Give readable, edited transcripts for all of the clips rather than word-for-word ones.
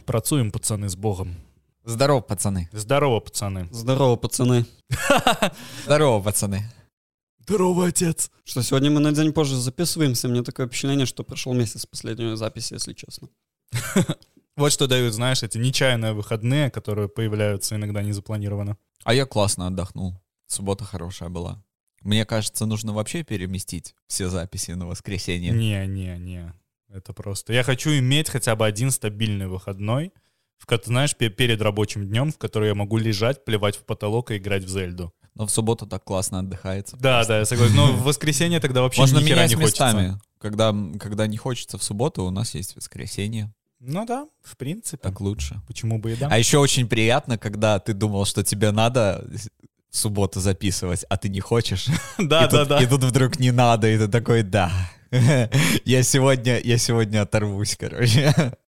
Працуем, пацаны, с Богом. Здорово, пацаны. Здорово, пацаны. Здорово, пацаны. Здорово, пацаны. Здорово, отец. Что, сегодня мы на день позже записываемся. Мне такое впечатление, что прошел месяц с последней записи, если честно. Вот что дают, знаешь, эти нечаянные выходные, которые появляются иногда незапланированно. А я классно отдохнул. Суббота хорошая была. Мне кажется, нужно вообще переместить все записи на воскресенье. Не. Это просто... Я хочу иметь хотя бы один стабильный выходной, знаешь, перед рабочим днем, в который я могу лежать, плевать в потолок и играть в Зельду. Но в субботу так классно отдыхается. Да, я согласен. Но в воскресенье тогда вообще можно ни хера менять не хочется. местами. Когда не хочется в субботу, у нас есть воскресенье. Ну да, в принципе. Так лучше. Почему бы и да? А еще очень приятно, когда ты думал, что тебе надо в субботу записывать, а ты не хочешь. Да. И тут вдруг не надо, и ты такой, да. Я сегодня оторвусь, короче.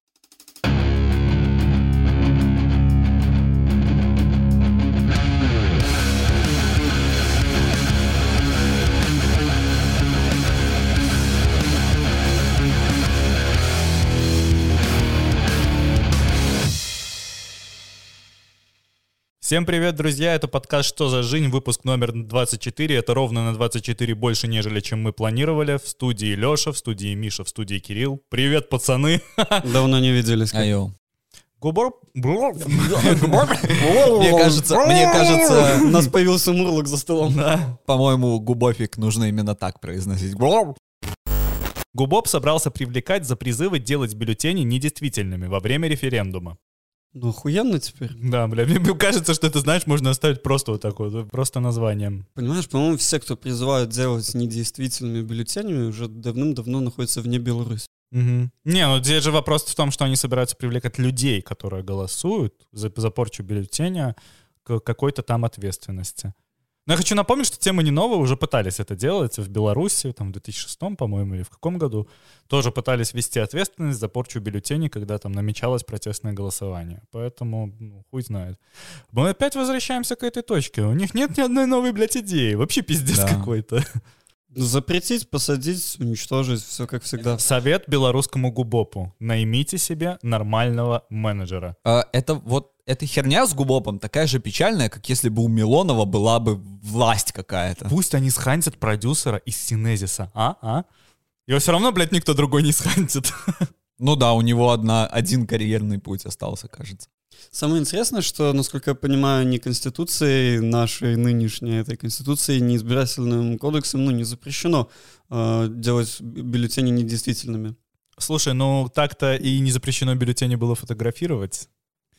Всем привет, друзья, это подкаст «Что за жизнь?», выпуск номер 24, это ровно на 24 больше, нежели чем мы планировали. В студии Леша, в студии Миша, в студии Кирилл. Привет, пацаны! Давно не виделись. Айо. Губор? Мне кажется, у нас появился мурлок за столом. По-моему, губофик нужно именно так произносить. Губоп собрался привлекать за призывы делать бюллетени недействительными во время референдума. Ну, охуенно теперь. Да, бля, мне кажется, что это, знаешь, можно оставить просто вот так вот, просто названием. Понимаешь, по-моему, все, кто призывают делать недействительными бюллетенями, уже давным-давно находятся вне Беларуси. Угу. Не, ну здесь же вопрос в том, что они собираются привлекать людей, которые голосуют за порчу бюллетеня, к какой-то там ответственности. Но я хочу напомнить, что тема не новая, уже пытались это делать в Беларуси, там в 2006, по-моему, или в каком году, тоже пытались ввести ответственность за порчу бюллетеней, когда там намечалось протестное голосование. Поэтому, хуй знает. Мы опять возвращаемся к этой точке. У них нет ни одной новой, блядь, идеи. Вообще пиздец какой-то. Запретить, посадить, уничтожить, все как всегда. Совет белорусскому губопу. Наймите себе нормального менеджера. Эта херня с губопом такая же печальная, как если бы у Милонова была бы власть какая-то. Пусть они схантят продюсера из Синезиса, Его все равно, блядь, никто другой не схантит. Ну да, у него один карьерный путь остался, кажется. Самое интересное, что, насколько я понимаю, ни Конституцией нашей нынешней, этой Конституцией, ни избирательным кодексом, не запрещено делать бюллетени недействительными. Слушай, так-то и не запрещено бюллетени было фотографировать.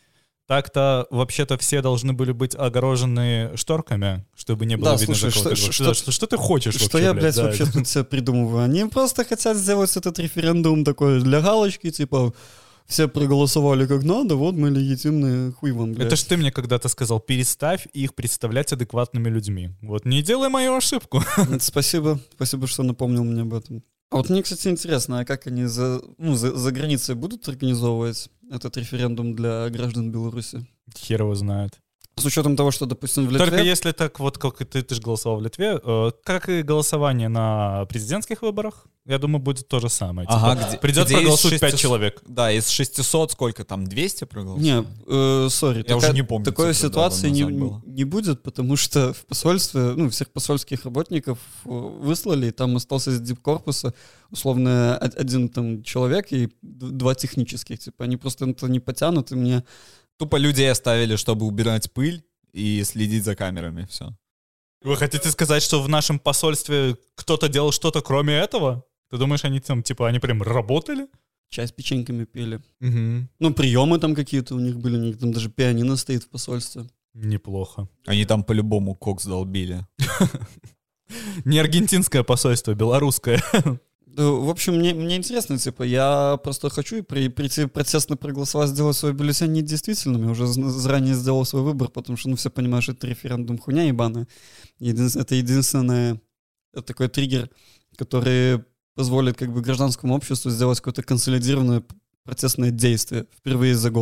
Так-то, вообще-то, все должны были быть огорожены шторками, чтобы не было видно, слушай, за кого ты голосуешь. Что ты хочешь что вообще, я, блядь, вообще тут себе придумываю? Они просто хотят сделать этот референдум такой для галочки, типа, все проголосовали как надо, вот мы легитимные, хуй вам, блядь. Это ж ты мне когда-то сказал, переставь их представлять адекватными людьми. Вот не делай мою ошибку. Спасибо, что напомнил мне об этом. А вот мне, кстати, интересно, а как они за границей будут организовывать этот референдум для граждан Беларуси? Хер его знает. С учетом того, что, допустим, в Литве... Только если так вот, как ты же голосовал в Литве, как и голосование на президентских выборах, я думаю, будет то же самое. Придет проголосует 5 человек. Да, из 600 сколько там, 200 проголосуют? Не, уже не помню. Такой ситуации не будет, потому что в посольстве, всех посольских работников выслали, и там остался из дипкорпуса условно один там человек и 2 технических. Типа они просто это не потянут, и мне... Тупо людей оставили, чтобы убирать пыль и следить за камерами, все. Вы хотите сказать, что в нашем посольстве кто-то делал что-то кроме этого? Ты думаешь, они там, они прям работали? Чай с печеньками пили. Угу. Приемы там какие-то у них были, у них там даже пианино стоит в посольстве. Неплохо. Они там по-любому кокс долбили. Не аргентинское посольство, белорусское. В общем, мне интересно, я просто хочу прийти протестно проголосовать, сделать свой бюллетень недействительным. Я уже заранее сделал свой выбор, потому что, все понимают, что это референдум хуйня ебаная. Это единственный такой триггер, который позволит гражданскому обществу сделать какое-то консолидированное протестное действие впервые за год.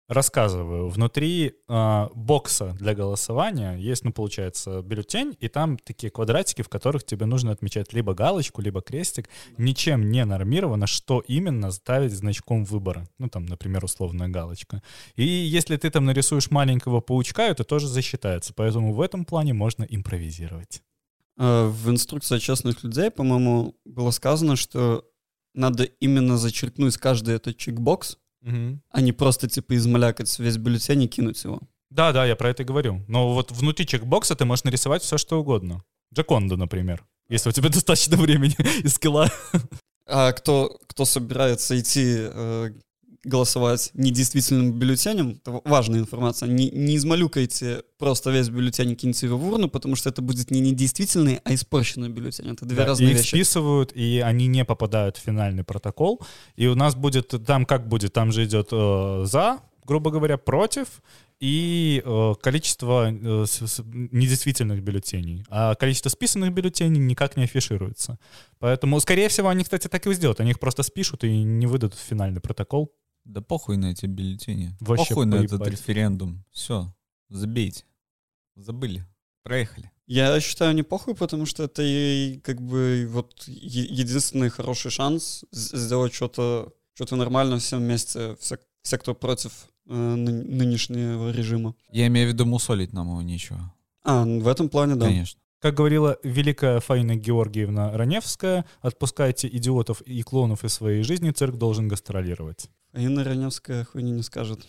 Рассказываю. Внутри бокса для голосования есть, получается, бюллетень, и там такие квадратики, в которых тебе нужно отмечать либо галочку, либо крестик. Ничем не нормировано, что именно ставить значком выбора. Например, условная галочка. И если ты там нарисуешь маленького паучка, это тоже засчитается. Поэтому в этом плане можно импровизировать. В инструкции от честных людей, по-моему, было сказано, что надо именно зачеркнуть каждый этот чекбокс, а не просто измалякать весь бюллетень и кинуть его. Да, я про это и говорю. Но вот внутри чекбокса ты можешь нарисовать все, что угодно. Джоконду, например, если у тебя достаточно времени и скилла. А кто собирается идти голосовать недействительным бюллетенем, это важная информация, не измалюкайте просто весь бюллетень и киньте его в урну, потому что это будет не недействительный, а испорченный бюллетень. Это две разные вещи. Их списывают, и они не попадают в финальный протокол. И у нас будет, там же идет за, грубо говоря, против, и количество недействительных бюллетеней. А количество списанных бюллетеней никак не афишируется. Поэтому, скорее всего, они, кстати, так и сделают. Они их просто спишут и не выдадут в финальный протокол. Да похуй на эти бюллетени. Вообще похуй на этот поебать. референдум. Все, забейте. Забыли. Проехали. Я считаю, не похуй, потому что это единственный хороший шанс сделать что-то нормально всем вместе, все, кто против нынешнего режима. Я имею в виду, мусолить нам его нечего. В этом плане, да. Конечно. Как говорила великая Фаина Георгиевна Раневская, отпускайте идиотов и клоунов из своей жизни, цирк должен гастролировать. Фаина Раневская хуйни не скажет.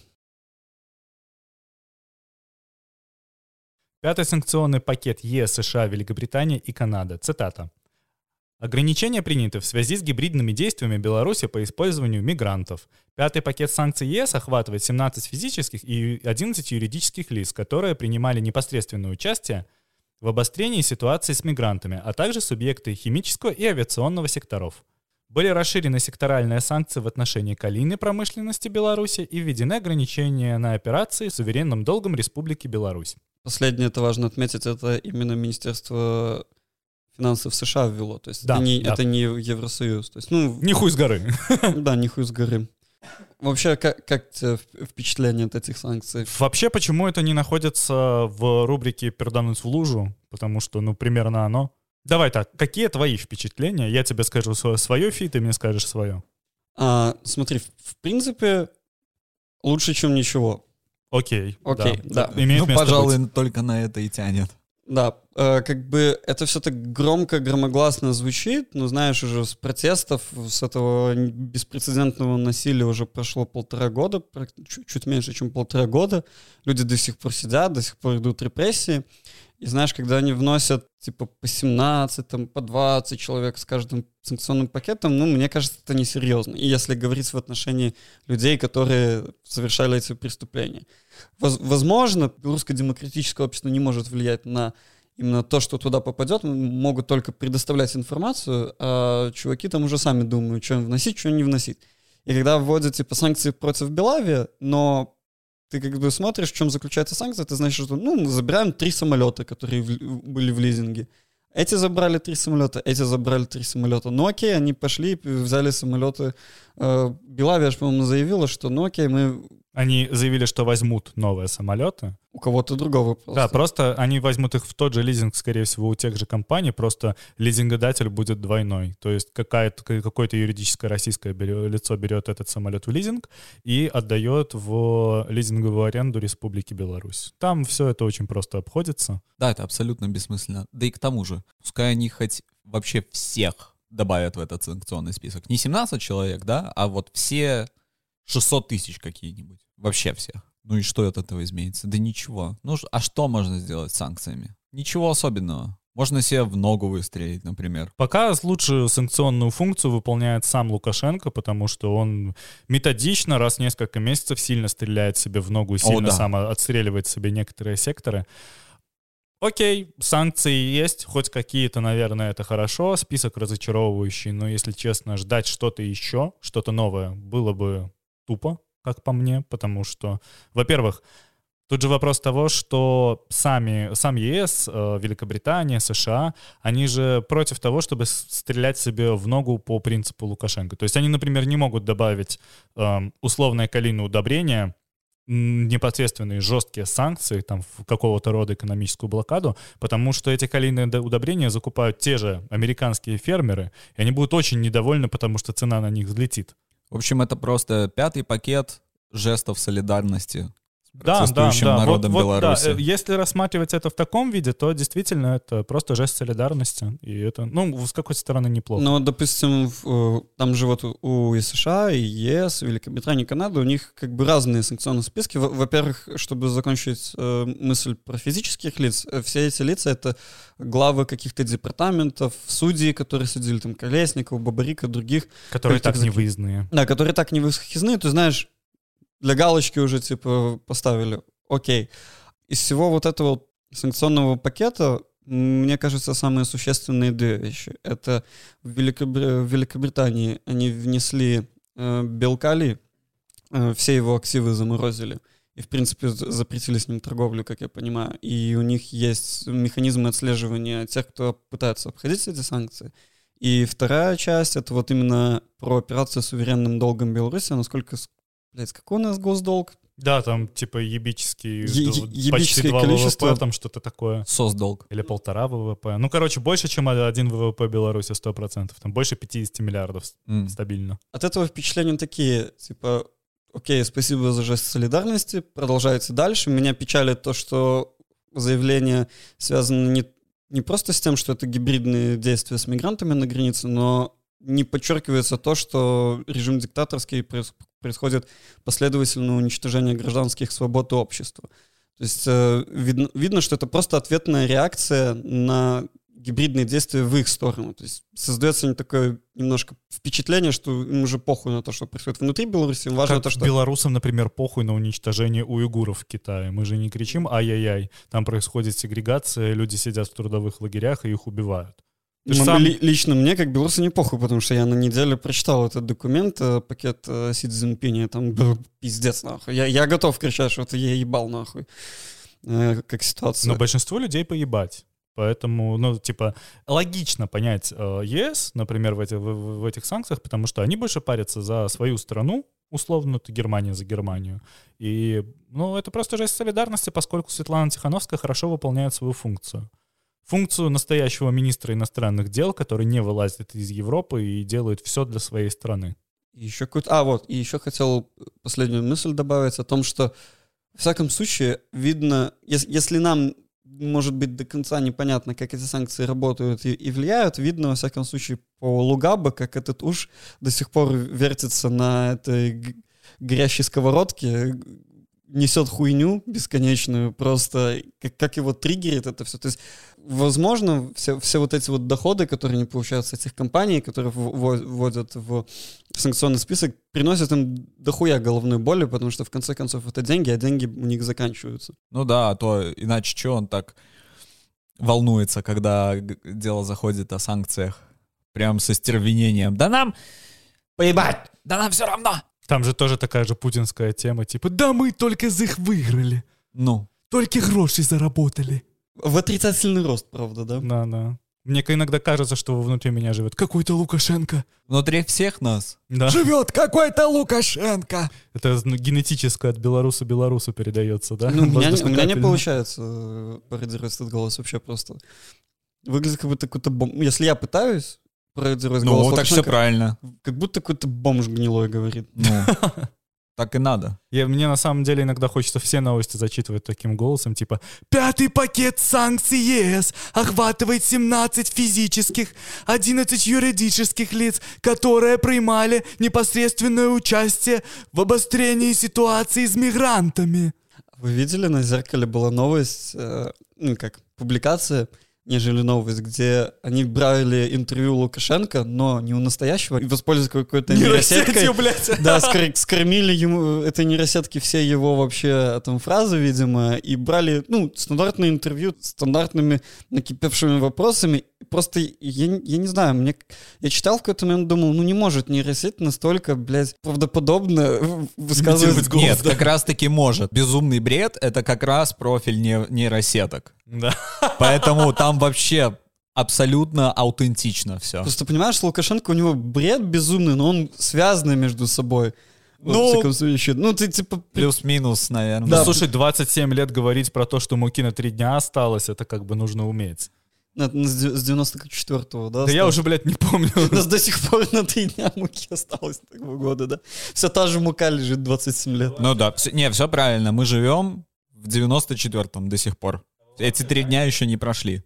5-й санкционный пакет ЕС, США, Великобритания и Канада. Цитата. Ограничения приняты в связи с гибридными действиями Беларуси по использованию мигрантов. 5-й пакет санкций ЕС охватывает 17 физических и 11 юридических лиц, которые принимали непосредственное участие в обострении ситуации с мигрантами, а также субъекты химического и авиационного секторов. Были расширены секторальные санкции в отношении калийной промышленности Беларуси и введены ограничения на операции с суверенным долгом Республики Беларусь. Последнее, это важно отметить, это именно Министерство финансов США ввело. То есть это не Евросоюз. То есть, не хуй с горы. Да, не хуй с горы. Вообще, как тебе впечатление от этих санкций? Вообще, почему это не находится в рубрике «Пердануть в лужу»? Потому что, примерно оно. Давай так, какие твои впечатления? Я тебе скажу свое фи, ты мне скажешь свое. Смотри, в принципе, лучше, чем ничего. Окей, да. Пожалуй, быть. Только на это и тянет. Да, это все так громко, громогласно звучит, но знаешь, уже с протестов, с этого беспрецедентного насилия уже прошло 1,5 года, чуть меньше, чем 1,5 года. Люди до сих пор сидят, до сих пор идут репрессии. И знаешь, когда они вносят по 17, по 20 человек с каждым санкционным пакетом, мне кажется, это несерьезно. И если говорить в отношении людей, которые совершали эти преступления. Возможно, белорусское демократическое общество не может влиять на именно то, что туда попадет, могут только предоставлять информацию, а чуваки там уже сами думают, что вносить, что не вносить. И когда вводят санкции против Белавия, но ты смотришь, в чем заключается санкция, ты знаешь, что мы забираем 3 самолета, которые были в лизинге. Эти забрали 3 самолета, эти забрали 3 самолета. Окей, они пошли, взяли самолеты. Белавия, по-моему, заявила, что окей, мы... Они заявили, что возьмут новые самолеты. У кого-то другого просто. Да, просто они возьмут их в тот же лизинг, скорее всего, у тех же компаний, просто лизингодатель будет двойной. То есть какое-то юридическое российское лицо берет этот самолет в лизинг и отдает в лизинговую аренду Республики Беларусь. Там все это очень просто обходится. Да, это абсолютно бессмысленно. Да и к тому же, пускай они хоть вообще всех добавят в этот санкционный список. Не 17 человек, да, а вот все 600 тысяч какие-нибудь. Вообще всех. И что от этого изменится? Да ничего. А что можно сделать с санкциями? Ничего особенного. Можно себе в ногу выстрелить, например. Пока лучшую санкционную функцию выполняет сам Лукашенко, потому что он методично раз в несколько месяцев сильно стреляет себе в ногу и сильно сам отстреливает себе некоторые секторы. Окей, санкции есть, хоть какие-то, наверное, это хорошо, список разочаровывающий, но, если честно, ждать что-то еще, что-то новое было бы тупо, как по мне, потому что, во-первых, тут же вопрос того, что сам ЕС, Великобритания, США, они же против того, чтобы стрелять себе в ногу по принципу Лукашенко. То есть они, например, не могут добавить условное калийное удобрение непосредственные жесткие санкции, там, какого-то рода экономическую блокаду, потому что эти калийные удобрения закупают те же американские фермеры, и они будут очень недовольны, потому что цена на них взлетит. В общем, это просто 5-й пакет жестов солидарности с Да, протестующим народом вот, Беларуси. да. Если рассматривать это в таком виде, то действительно это просто жест солидарности. И это, с какой-то стороны неплохо. Но, допустим, там же вот у и США, и ЕС, Великобритании, Канады, у них как бы разные санкционные списки. Во-первых, чтобы закончить мысль про физических лиц, все эти лица — это главы каких-то департаментов, судьи, которые судили, там, Колесникова, Бабарика, других. Которые так не выездные. Да, которые так не выездные, ты знаешь, для галочки уже, типа, поставили. Окей. Из всего вот этого санкционного пакета, мне кажется, самые существенные две вещи. Это в Великобритании они внесли Белкали, все его активы заморозили. И, в принципе, запретили с ним торговлю, как я понимаю. И у них есть механизмы отслеживания тех, кто пытается обходить эти санкции. И вторая часть — это вот именно про операцию с суверенным долгом Беларуси, насколько... Блять, какой у нас госдолг? Да, там типа ебический, ебическое почти 2 количество. ВВП, там что-то такое. Сосдолг. Или 1,5 ВВП. Короче, больше, чем 1 ВВП Беларуси, 100%. Там больше 50 миллиардов стабильно. От этого впечатления такие, типа, окей, спасибо за жест солидарности, продолжайте дальше. Меня печалит то, что заявление связано не просто с тем, что это гибридные действия с мигрантами на границе, но не подчеркивается то, что режим диктаторский происходит последовательное уничтожение гражданских свобод и общества. То есть видно, что это просто ответная реакция на гибридные действия в их сторону. То есть создается такое немножко впечатление, что им уже похуй на то, что происходит внутри Беларуси. Им важно как то, что... белорусам, например, похуй на уничтожение уйгуров в Китае. Мы же не кричим «ай-яй-яй». Там происходит сегрегация, люди сидят в трудовых лагерях и их убивают. Лично мне, как белорусу, не похуй, потому что я на неделю прочитал этот документ, пакет Си Цзиньпиня, там был пиздец, нахуй. Я готов кричать, что это я ебал, нахуй, как ситуация. Но большинство людей поебать. Поэтому, логично понять ЕС, например, в этих санкциях, потому что они больше парятся за свою страну, условно, это Германия за Германию. И, это просто жест солидарности, поскольку Светлана Тихановская хорошо выполняет свою функцию. Функцию настоящего министра иностранных дел, который не вылазит из Европы и делает все для своей страны. И еще хотел последнюю мысль добавить о том, что в всяком случае видно, если нам, может быть, до конца непонятно, как эти санкции работают и влияют, видно, во всяком случае, по Лугабе, как этот уж до сих пор вертится на этой горящей сковородке, несет хуйню бесконечную, просто как его триггерит это все. То есть, возможно, все вот эти вот доходы, которые они получают с этих компаний, которые вводят в санкционный список, приносят им дохуя головной боли, потому что, в конце концов, это деньги, а деньги у них заканчиваются. Ну да, а то иначе что он так волнуется, когда дело заходит о санкциях? Прям со стервенением. Да нам поебать! Да нам все равно! Там же тоже такая же путинская тема, типа, да мы только за их выиграли. Только гроши заработали. В отрицательный рост, правда, да? Да. Мне иногда кажется, что внутри меня живет какой-то Лукашенко. Внутри всех нас живет какой-то Лукашенко. Это генетическое от белоруса белорусу передается, да? У меня не получается пародировать этот голос вообще просто. Выглядит как будто какой-то если я пытаюсь пародировать голос Лукашенко, так все правильно. Как будто какой-то бомж гнилой говорит. Так и надо. Мне на самом деле иногда хочется все новости зачитывать таким голосом, типа «5-й пакет санкций ЕС охватывает 17 физических, 11 юридических лиц, которые принимали непосредственное участие в обострении ситуации с мигрантами». Вы видели, на «Зеркале» была новость, публикация, нежели новость, где они брали интервью Лукашенко, но не у настоящего, и воспользовались какой-то нейросеткой. Да, скормили ему этой нейросетке все его вообще там фразы, видимо, и брали, стандартное интервью с стандартными накипевшими вопросами. Просто, я не знаю, я читал в какой-то момент, думал, не может нейросеть настолько, правдоподобно высказывать голос. Нет, как раз-таки может. Безумный бред — это как раз профиль нейросеток. Да. Поэтому там вообще абсолютно аутентично все. Просто понимаешь, Лукашенко, у него бред безумный, но он связанный между собой. Вот, во всяком случае. Ну, ты типа... Плюс-минус, наверное. Ну, слушай, 27 лет говорить про то, что муки на 3 дня осталось, это как бы нужно уметь. С 94-го, да? Да я уже, блядь, не помню. У нас до сих пор на 3 дня муки осталось такого года, да? Вся та же мука лежит 27 лет. Ну да, все правильно. Мы живем в 94-м до сих пор. Эти 3 дня еще не прошли.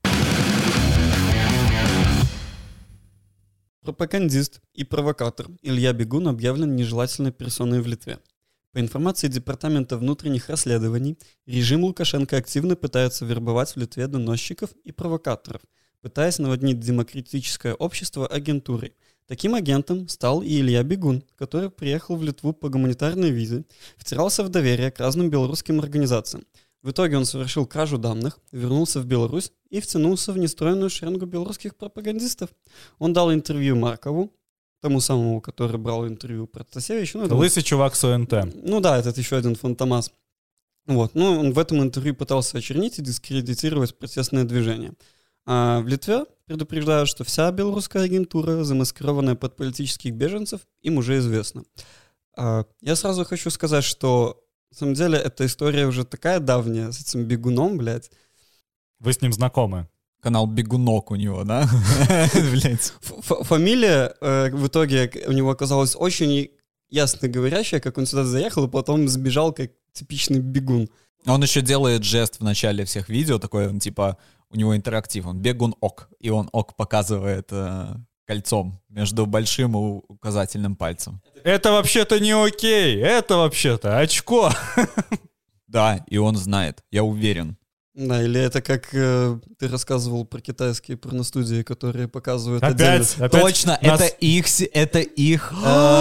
Пропагандист и провокатор Илья Бегун объявлен нежелательной персоной в Литве. По информации Департамента внутренних расследований, режим Лукашенко активно пытается вербовать в Литве доносчиков и провокаторов, пытаясь наводнить демократическое общество агентурой. Таким агентом стал и Илья Бегун, который приехал в Литву по гуманитарной визе, втирался в доверие к разным белорусским организациям. В итоге он совершил кражу данных, вернулся в Беларусь и втянулся в нестроенную шеренгу белорусских пропагандистов. Он дал интервью Маркову, тому самому, который брал интервью про Протасевича. Ну, Лысый чувак с ОНТ. Ну да, этот еще один фантомас. Вот. Ну, он в этом интервью пытался очернить и дискредитировать протестное движение. А в Литве предупреждают, что вся белорусская агентура, замаскированная под политических беженцев, им уже известна. Я сразу хочу сказать, что на самом деле эта история уже такая давняя с этим Бегуном, блядь. Вы с ним знакомы? Канал Бегунок у него, да? Фамилия в итоге у него оказалась очень ясно говорящая, как он сюда заехал, и потом сбежал как типичный бегун. Он еще делает жест в начале всех видео, такой он типа, у него интерактив, он бегун ок, и он ок показывает кольцом между большим и указательным пальцем. Это вообще-то не окей, это вообще-то очко. Да, и он знает, я уверен. Да, или это как ты рассказывал про китайские порностудии, которые показывают Опять? Точно, нас... это их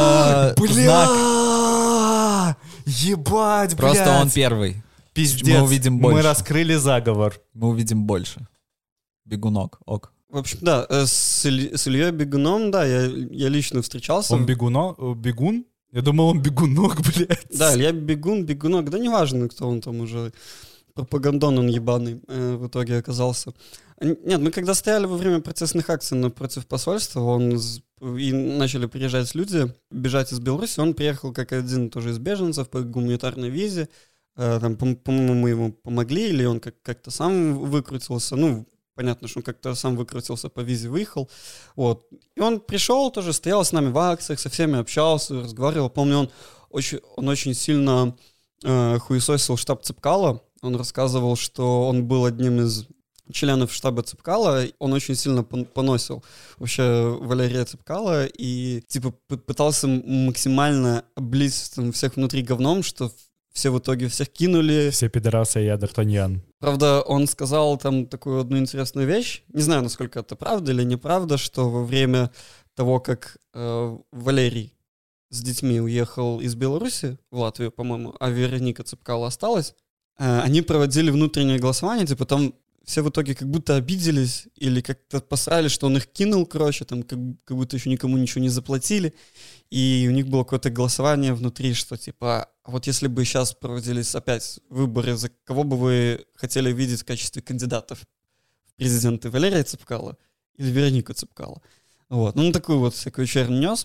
Бля! Ебать, блядь! Просто он первый. Пиздец, мы увидим больше. Мы раскрыли заговор. Мы увидим больше. Бегунок, ок. В общем, да, с Ильей Бегуном, да, я лично встречался. Он бегун? Я думал, он бегунок, блядь. Да, Илья бегунок, да неважно, кто он там уже... Пропагандон он ебаный в итоге оказался. Нет, мы когда стояли во время процессных акций напротив посольства, и начали приезжать люди, бежать из Беларуси, он приехал как один тоже из беженцев по гуманитарной визе. Там, по-моему, мы ему помогли, или он как-то сам выкрутился. Ну, понятно, что он как-то сам выкрутился, по визе выехал. Вот. И он пришел, тоже стоял с нами в акциях, со всеми общался, разговаривал. Помню, он очень сильно хуесосил штаб Цепкала. Он рассказывал, что он был одним из членов штаба Цепкала, он очень сильно поносил вообще Валерия Цепкала и типа пытался максимально облить там всех внутри говном, что все в итоге всех кинули. Все пидорасы, я Д'Артаньян. Правда, он сказал там такую одну интересную вещь, не знаю, насколько это правда или неправда, что во время того, как Валерий с детьми уехал из Беларуси в Латвию, по-моему, а Вероника Цепкала осталась, они проводили внутреннее голосование, типа там все в итоге как будто обиделись или как-то посрали, что он их кинул, короче, там как будто еще никому ничего не заплатили, и у них было какое-то голосование внутри, что типа, а вот если бы сейчас проводились опять выборы, за кого бы вы хотели видеть в качестве кандидатов в президенты, Валерия Цепкала или Веронику Цепкала? Вот, ну он такую вот всякую чернь нес,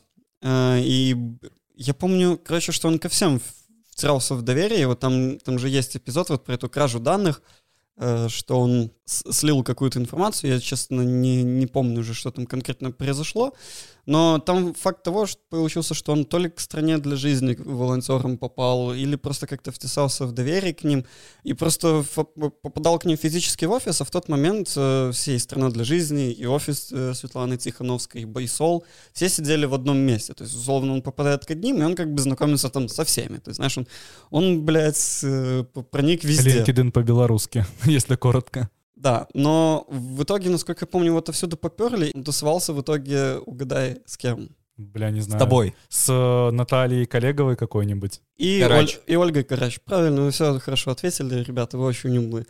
и я помню, короче, что он ко всем втирался в доверие, вот там же есть эпизод вот про эту кражу данных, что он слил какую-то информацию, я, честно, не помню уже, что там конкретно произошло, но там факт того, что получился, что он то ли к стране для жизни волонтером попал, или просто как-то втесался в доверие к ним, и просто попадал к ним физически в офис, а в тот момент всей «Страна для жизни» и офис Светланы Тихановской, и Байсол, все сидели в одном месте, то есть, условно, он попадает к одним, и он как бы знакомится там со всеми, то есть, знаешь, он блядь, проник везде. LinkedIn по-белорусски, если коротко. Да, но в итоге, насколько я помню, вот отсюда поперли, он тусовался в итоге, угадай, с кем? Бля, не знаю. С тобой. С Натальей Коллеговой какой-нибудь. И Ольгой Карач. Правильно, вы все хорошо ответили, ребята, вы очень умные.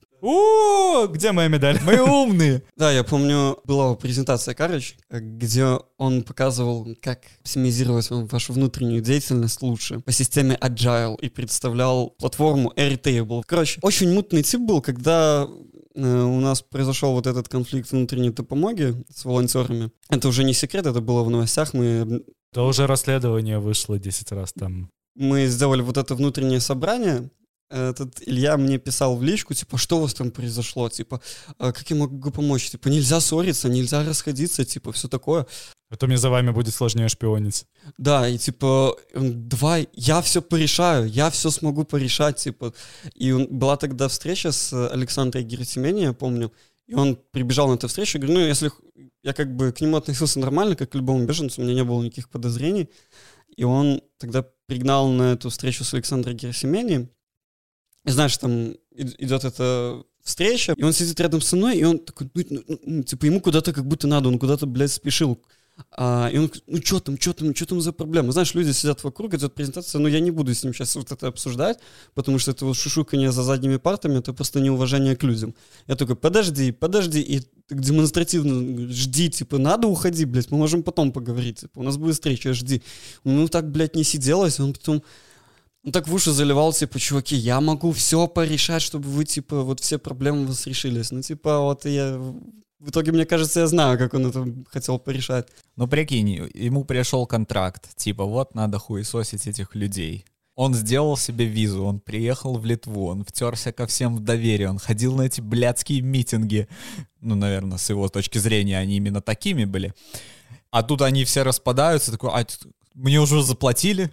Где моя медаль? Мы умные. Да, я помню, была презентация Карач, где он показывал, как оптимизировать вашу внутреннюю деятельность лучше по системе Agile и представлял платформу Airtable. Короче, очень мутный тип был, когда у нас произошел вот этот конфликт внутренней допомоги с волонтерами. Это уже не секрет, это было в новостях, мы Да уже расследование вышло 10 раз там. Мы сделали вот это внутреннее собрание. Этот Илья мне писал в личку, типа, что у вас там произошло, типа, как я могу помочь, типа, нельзя ссориться, нельзя расходиться, типа, все такое. А то мне за вами будет сложнее шпионить. Да, и типа, давай, я все порешаю, я все смогу порешать, типа. И была тогда встреча с Александрой Герасименей, я помню, и он прибежал на эту встречу, я говорю, ну, если я как бы к нему относился нормально, как к любому беженцу, у меня не было никаких подозрений, и он тогда пригнал на эту встречу с Александрой Герасименей. И знаешь, там идет эта встреча, и он сидит рядом со мной, и он такой, типа, ему куда-то как будто надо, он куда-то, блядь, спешил. И он говорит, ну что там за проблема? Знаешь, люди сидят вокруг, идет презентация, но я не буду с ним сейчас вот это обсуждать, потому что это вот шушуканье за задними партами, это просто неуважение к людям. Я такой, подожди, и так демонстративно жди, типа, надо уходи, блядь, мы можем потом поговорить, типа, у нас будет встреча, жди. Ну так, блядь, не сиделось, он потом... Он так в уши заливал, типа, чуваки, я могу все порешать, чтобы вы, типа, вот все проблемы у вас решились. Ну, типа, вот я... В итоге, мне кажется, я знаю, как он это хотел порешать. Ну, прикинь, ему пришел контракт, типа, вот надо хуесосить этих людей. Он сделал себе визу, он приехал в Литву, он втерся ко всем в доверие, он ходил на эти блядские митинги. Ну, наверное, с его точки зрения они именно такими были. А тут они все распадаются, такой, мне уже заплатили?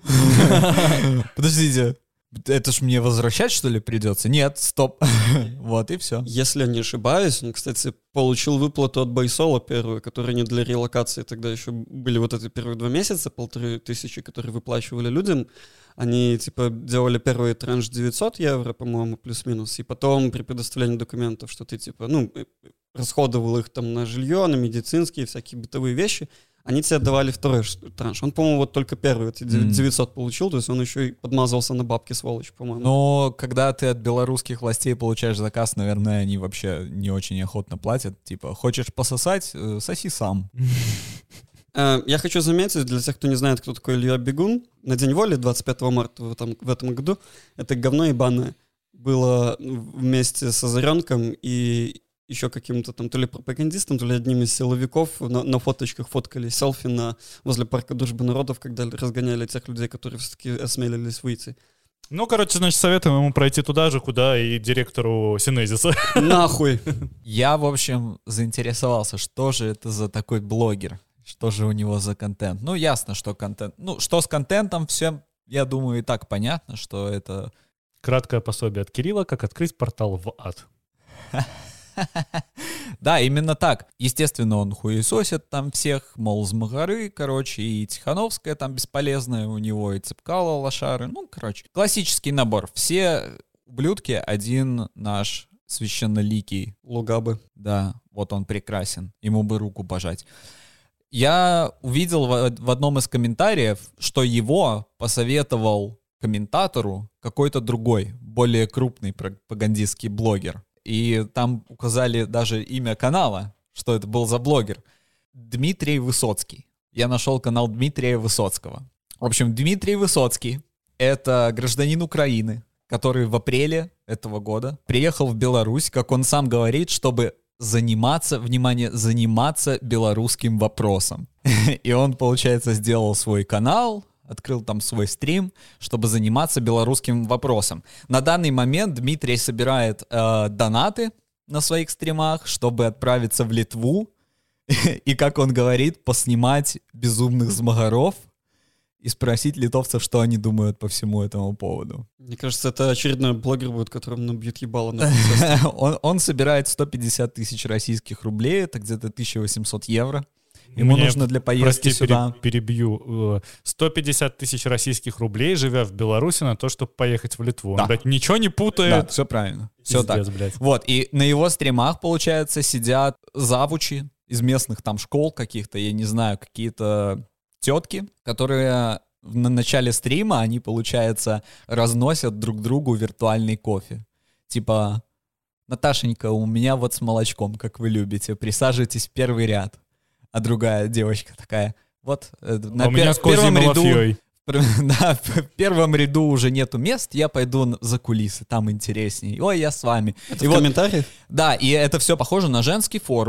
Подождите, это ж мне возвращать, что ли, придется? Нет, стоп. Вот и все. Если я не ошибаюсь, он, кстати, получил выплату от Байсола первую, которая не для релокации. Тогда еще были вот эти первые 2 месяца, 1500, которые выплачивали людям. Они, типа, делали первый транш 900 евро, по-моему, плюс-минус. И потом при предоставлении документов, что ты, типа, ну, расходовал их там на жилье, на медицинские, всякие бытовые вещи, они тебе давали второй транш. Он, по-моему, вот только первый, вот 900 получил, то есть он еще и подмазался на бабки, сволочь, по-моему. Но когда ты от белорусских властей получаешь заказ, наверное, они вообще не очень охотно платят. Типа, хочешь пососать, соси сам. Я хочу заметить, для тех, кто не знает, кто такой Илья Бегун, на День воли 25 марта в этом году это говно ебаное было вместе с Озаренком и еще каким-то там то ли пропагандистом, то ли одним из силовиков на фоточках фоткали селфи возле парка Дружбы народов, когда разгоняли тех людей, которые все-таки осмелились выйти. Ну, короче, значит, советуем ему пройти туда же, куда и директору Синезиса. Нахуй! Я, в общем, заинтересовался, что же это за такой блогер, что же у него за контент. Ну, ясно, что контент... Ну, что с контентом, всем, я думаю, и так понятно, что это... Краткое пособие от Кирилла, как открыть портал в ад. Да, именно так. Естественно, он хуесосит там всех, мол, Змагары, короче, и Тихановская там бесполезная у него, и Цепкало лошары. Ну, короче, классический набор. Все ублюдки, один наш священноликий. Лугабы. Да, вот он прекрасен. Ему бы руку пожать. Я увидел в одном из комментариев, что его посоветовал комментатору какой-то другой, более крупный пропагандистский блогер. И там указали даже имя канала, что это был за блогер. Дмитрий Высоцкий. Я нашел канал Дмитрия Высоцкого. В общем, Дмитрий Высоцкий — это гражданин Украины, который в апреле этого года приехал в Беларусь, как он сам говорит, чтобы заниматься, внимание, заниматься белорусским вопросом. И он, получается, сделал свой канал, открыл там свой стрим, чтобы заниматься белорусским вопросом. На данный момент Дмитрий собирает донаты на своих стримах, чтобы отправиться в Литву и, как он говорит, поснимать безумных змагаров и спросить литовцев, что они думают по всему этому поводу. Мне кажется, это очередной блогер будет, которому набьют ебало на Он собирает 150 тысяч российских рублей, это где-то 1800 евро. Ему нужно для поездки сюда... перебью. 150 тысяч российских рублей, живя в Беларуси, на то, чтобы поехать в Литву. Да. Он, блядь, ничего не путает. Да, все правильно. Все Пиздец, так. Блядь. Вот, и на его стримах, получается, сидят завучи из местных там школ каких-то, я не знаю, какие-то тетки, которые на начале стрима, они, получается, разносят друг другу виртуальный кофе. Типа, Наташенька, у меня вот с молочком, как вы любите, присаживайтесь в первый ряд. А другая девочка такая, вот на первом ряду, да, в первом ряду уже нету мест, я пойду за кулисы, там интереснее. Ой, я с вами. Это и в комментариях? Да, и это все похоже на женский форум,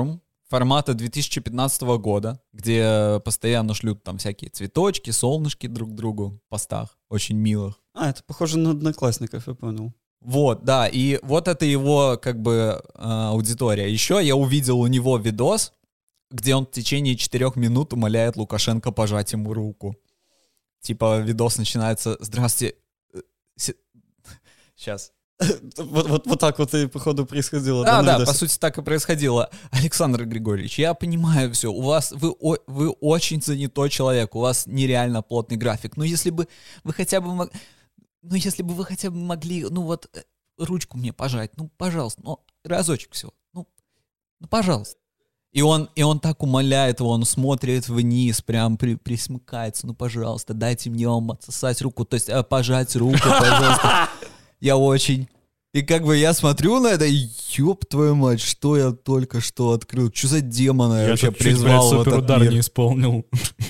формата 2015 года, где постоянно шлют там всякие цветочки, солнышки друг другу в постах, очень милых. Это похоже на Одноклассников, я понял. Вот, да, и вот это его как бы аудитория. Еще я увидел у него видос, где он в течение 4 минут умоляет Лукашенко пожать ему руку. Типа видос начинается: «Здравствуйте». Сейчас. Вот так вот и, походу, происходило. Да, по сути, так и происходило. Александр Григорьевич, я понимаю все. Вы очень занятой человек, у вас нереально плотный график. Но если бы вы хотя бы могли, ручку мне пожать, пожалуйста, разочек всего, пожалуйста. И он так умоляет его, он смотрит вниз, прям присмыкается: пожалуйста, дайте мне вам отсосать руку, то есть пожать руку, пожалуйста. Я очень... И как бы я смотрю на это, и ёб твою мать, что я только что открыл? Что за демона я вообще призвал в этот суперудар мир? не исполнил.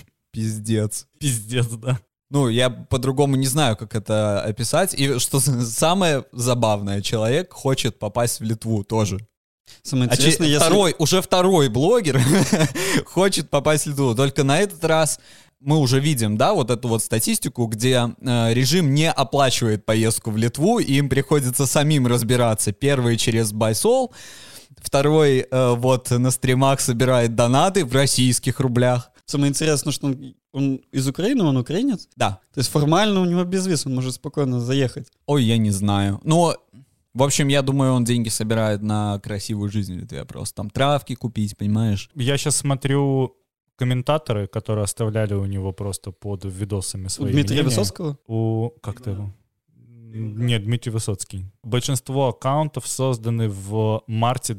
Пиздец. Пиздец, да. Я по-другому не знаю, как это описать. И что самое забавное, человек хочет попасть в Литву тоже. Самое интересное, уже второй блогер хочет попасть в Литву. Только на этот раз мы уже видим, да, вот эту вот статистику, где режим не оплачивает поездку в Литву, и им приходится самим разбираться. Первый через Байсол, второй вот на стримах собирает донаты в российских рублях. Самое интересное, что он из Украины, он украинец? Да. То есть формально у него безвиз, он может спокойно заехать. Ой, я не знаю. В общем, я думаю, он деньги собирает на красивую жизнь в Литве. Просто там травки купить, понимаешь? Я сейчас смотрю комментаторы, которые оставляли у него просто под видосами свои Дмитрия мнения. Высоцкого? Как-то его? Нет, Дмитрий Высоцкий. Большинство аккаунтов созданы в марте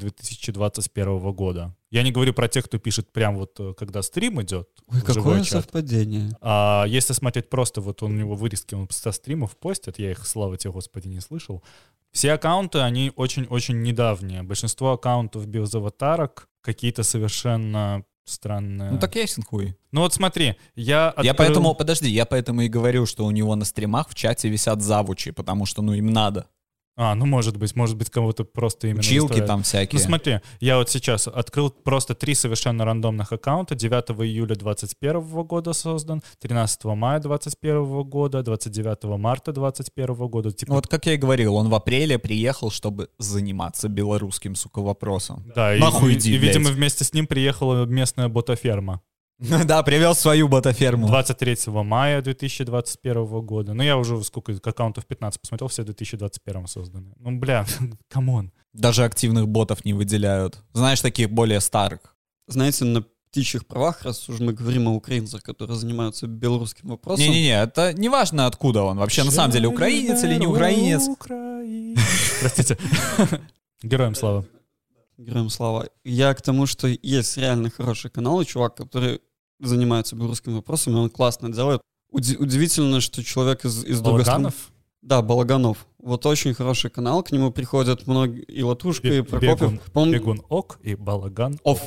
2021 года. Я не говорю про тех, кто пишет прям вот, когда стрим идет. Ой, какое совпадение. А если смотреть просто, вот у него вырезки, он со стримов постит, я их, слава тебе, Господи, не слышал. Все аккаунты, они очень-очень недавние. Большинство аккаунтов без аватарок, какие-то совершенно странные. Так ясен хуй. Вот смотри, я поэтому и говорю, что у него на стримах в чате висят завучи, потому что, им надо. Может быть, кого-то просто именно училки выставляют. там всякие. Смотри, я вот сейчас открыл просто 3 совершенно рандомных аккаунта. 9 июля 2021 года создан, 13 мая 2021 года, 29 марта 2021 года. Вот как я и говорил, он в апреле приехал, чтобы заниматься белорусским, вопросом. Да, нахуй иди, и, видимо, вместе с ним приехала местная ботаферма. Да, привез свою ботаферму. 23 мая 2021 года. Я уже сколько аккаунтов 15 посмотрел, все в 2021 созданы. Камон. Даже активных ботов не выделяют. Знаешь, таких более старых. Знаете, на птичьих правах, раз уж мы говорим о украинцах, которые занимаются белорусским вопросом. Не-не-не, это не важно, откуда он. Вообще, на самом деле, украинец или не украинец. Простите. Героям слава. Героям слава. Я к тому, что есть реально хороший канал, и чувак, который занимается белорусским вопросом, и он классно делает. Удивительно, что человек из другой страны... Балаганов? Да, Балаганов. Вот очень хороший канал, к нему приходят многие, и Латушка, и Прокопьев. Бегун ок и Балаган оф.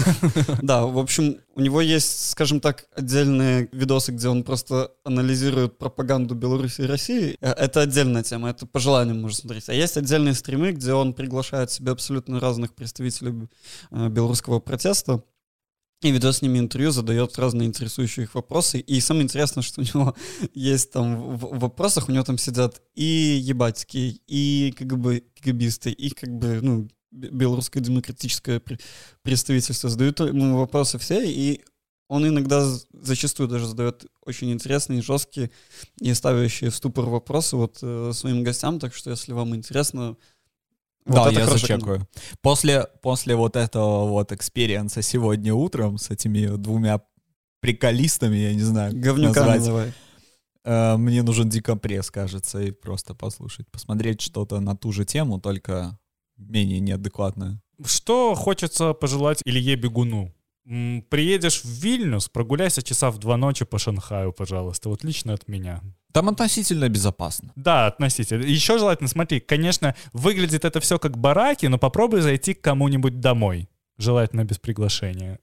Да, в общем, у него есть, скажем так, отдельные видосы, где он просто анализирует пропаганду Беларуси и России. Это отдельная тема, это по желанию можно смотреть. А есть отдельные стримы, где он приглашает себе абсолютно разных представителей белорусского протеста и ведет с ними интервью, задает разные интересующие их вопросы. И самое интересное, что у него есть там в вопросах, у него там сидят и ебатьки, и КГБисты, и белорусское демократическое представительство. Задают ему вопросы все, и он иногда зачастую даже задает очень интересные, жесткие и ставящие в ступор вопросы своим гостям. Так что, если вам интересно... Да, я зачекаю. После вот этого вот экспириенса сегодня утром с этими 2 приколистами, я не знаю, как назвать. Давай. Мне нужен декомпресс, кажется, и просто послушать, посмотреть что-то на ту же тему, только менее неадекватное. Что хочется пожелать Илье Бегуну? Приедешь в Вильнюс, прогуляйся часа в 2 ночи по Шанхаю, пожалуйста. Вот лично от меня. Там относительно безопасно. Да, относительно. Еще желательно, смотри, конечно, выглядит это все как бараки, но попробуй зайти к кому-нибудь домой. Желательно без приглашения.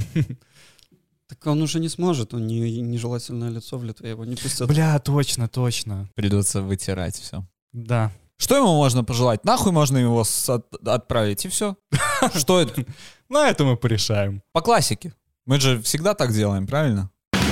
Так он уже не сможет, он нежелательное лицо в Литве, его не пустят. Бля, точно. Придется вытирать все. Да. Что ему можно пожелать? Нахуй можно его отправить, и все. Что это? На это мы порешаем. По классике. Мы же всегда так делаем, правильно?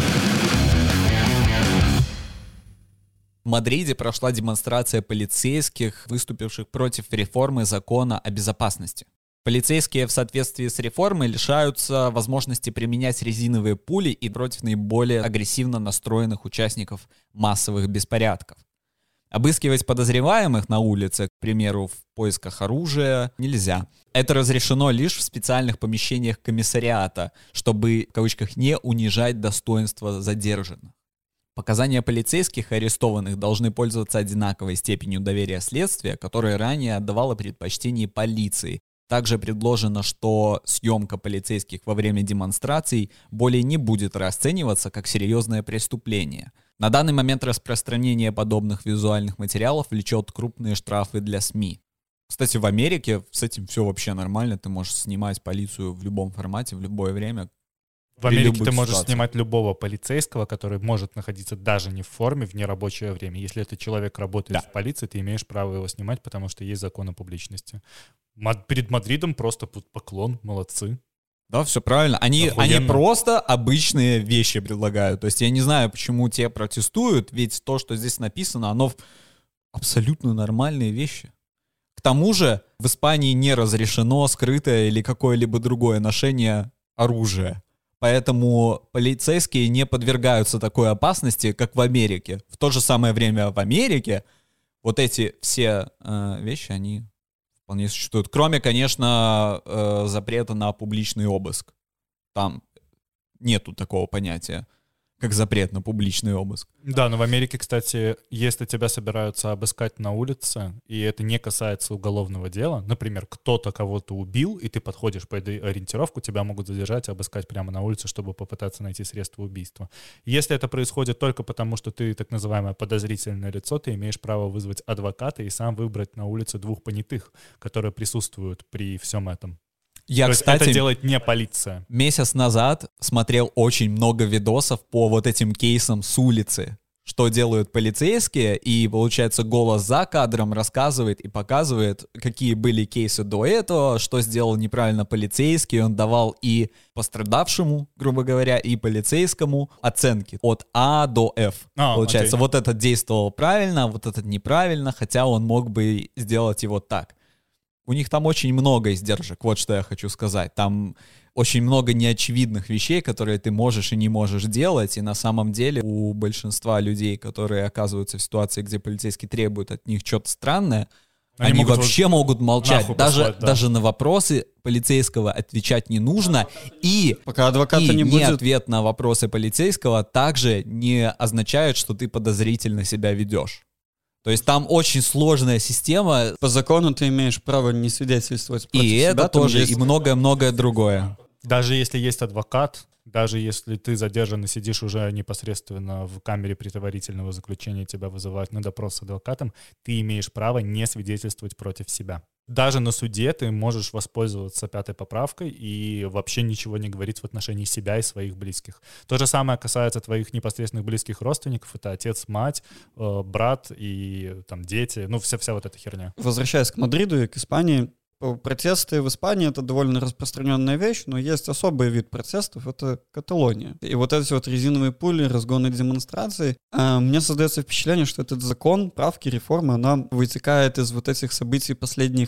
В Мадриде прошла демонстрация полицейских, выступивших против реформы закона о безопасности. Полицейские в соответствии с реформой лишаются возможности применять резиновые пули и против наиболее агрессивно настроенных участников массовых беспорядков. Обыскивать подозреваемых на улице, к примеру, в поисках оружия, нельзя. Это разрешено лишь в специальных помещениях комиссариата, чтобы, в кавычках, не унижать достоинство задержанных. Показания полицейских и арестованных должны пользоваться одинаковой степенью доверия следствия, которое ранее отдавало предпочтение полиции. Также предложено, что съемка полицейских во время демонстраций более не будет расцениваться как серьезное преступление. На данный момент распространение подобных визуальных материалов влечет крупные штрафы для СМИ. Кстати, в Америке с этим все вообще нормально. Ты можешь снимать полицию в любом формате, в любое время. В Америке ты можешь снимать любого полицейского, который может находиться даже не в форме, в нерабочее время. Если этот человек работает в полиции, ты имеешь право его снимать, потому что есть закон о публичности. Перед Мадридом просто поклон, молодцы. Да, все правильно. Они просто обычные вещи предлагают. То есть я не знаю, почему те протестуют, ведь то, что здесь написано, оно абсолютно нормальные вещи. К тому же в Испании не разрешено скрытое или какое-либо другое ношение оружия. Поэтому полицейские не подвергаются такой опасности, как в Америке. В то же самое время в Америке вот эти все вещи, они вполне существуют. Кроме, конечно, запрета на публичный обыск. Там нету такого понятия, как запрет на публичный обыск. Да, но в Америке, кстати, если тебя собираются обыскать на улице, и это не касается уголовного дела, например, кто-то кого-то убил, и ты подходишь по этой ориентировку, тебя могут задержать и обыскать прямо на улице, чтобы попытаться найти средства убийства. Если это происходит только потому, что ты так называемое подозрительное лицо, ты имеешь право вызвать адвоката и сам выбрать на улице 2 понятых, которые присутствуют при всем этом. То есть это делает не полиция. Месяц назад смотрел очень много видосов по вот этим кейсам с улицы, что делают полицейские, и, получается, голос за кадром рассказывает и показывает, какие были кейсы до этого, что сделал неправильно полицейский. Он давал и пострадавшему, грубо говоря, и полицейскому оценки от А до Ф. Получается, вот этот действовал правильно, вот этот неправильно, хотя он мог бы сделать его так. У них там очень много издержек, вот что я хочу сказать. Там очень много неочевидных вещей, которые ты можешь и не можешь делать, и на самом деле у большинства людей, которые оказываются в ситуации, где полицейский требует от них что-то странное, они вообще могут молчать. Даже на вопросы полицейского отвечать не нужно, и, пока адвоката не будет, ответ на вопросы полицейского также не означает, что ты подозрительно себя ведешь. То есть там очень сложная система. По закону ты имеешь право не свидетельствовать против себя. И это тоже, и многое-многое другое. Даже если есть адвокат, даже если ты задержан и сидишь уже непосредственно в камере предварительного заключения, тебя вызывают на допрос с адвокатом, ты имеешь право не свидетельствовать против себя. Даже на суде ты можешь воспользоваться 5-й поправкой и вообще ничего не говорить в отношении себя и своих близких. То же самое касается твоих непосредственных близких родственников. Это отец, мать, брат и там дети. Ну, вся вот эта херня. Возвращаясь к Мадриду и к Испании, протесты в Испании — это довольно распространенная вещь, но есть особый вид протестов — это Каталония. И вот эти вот резиновые пули, разгоны демонстраций, мне создается впечатление, что этот закон, правки, реформы, она вытекает из вот этих событий последних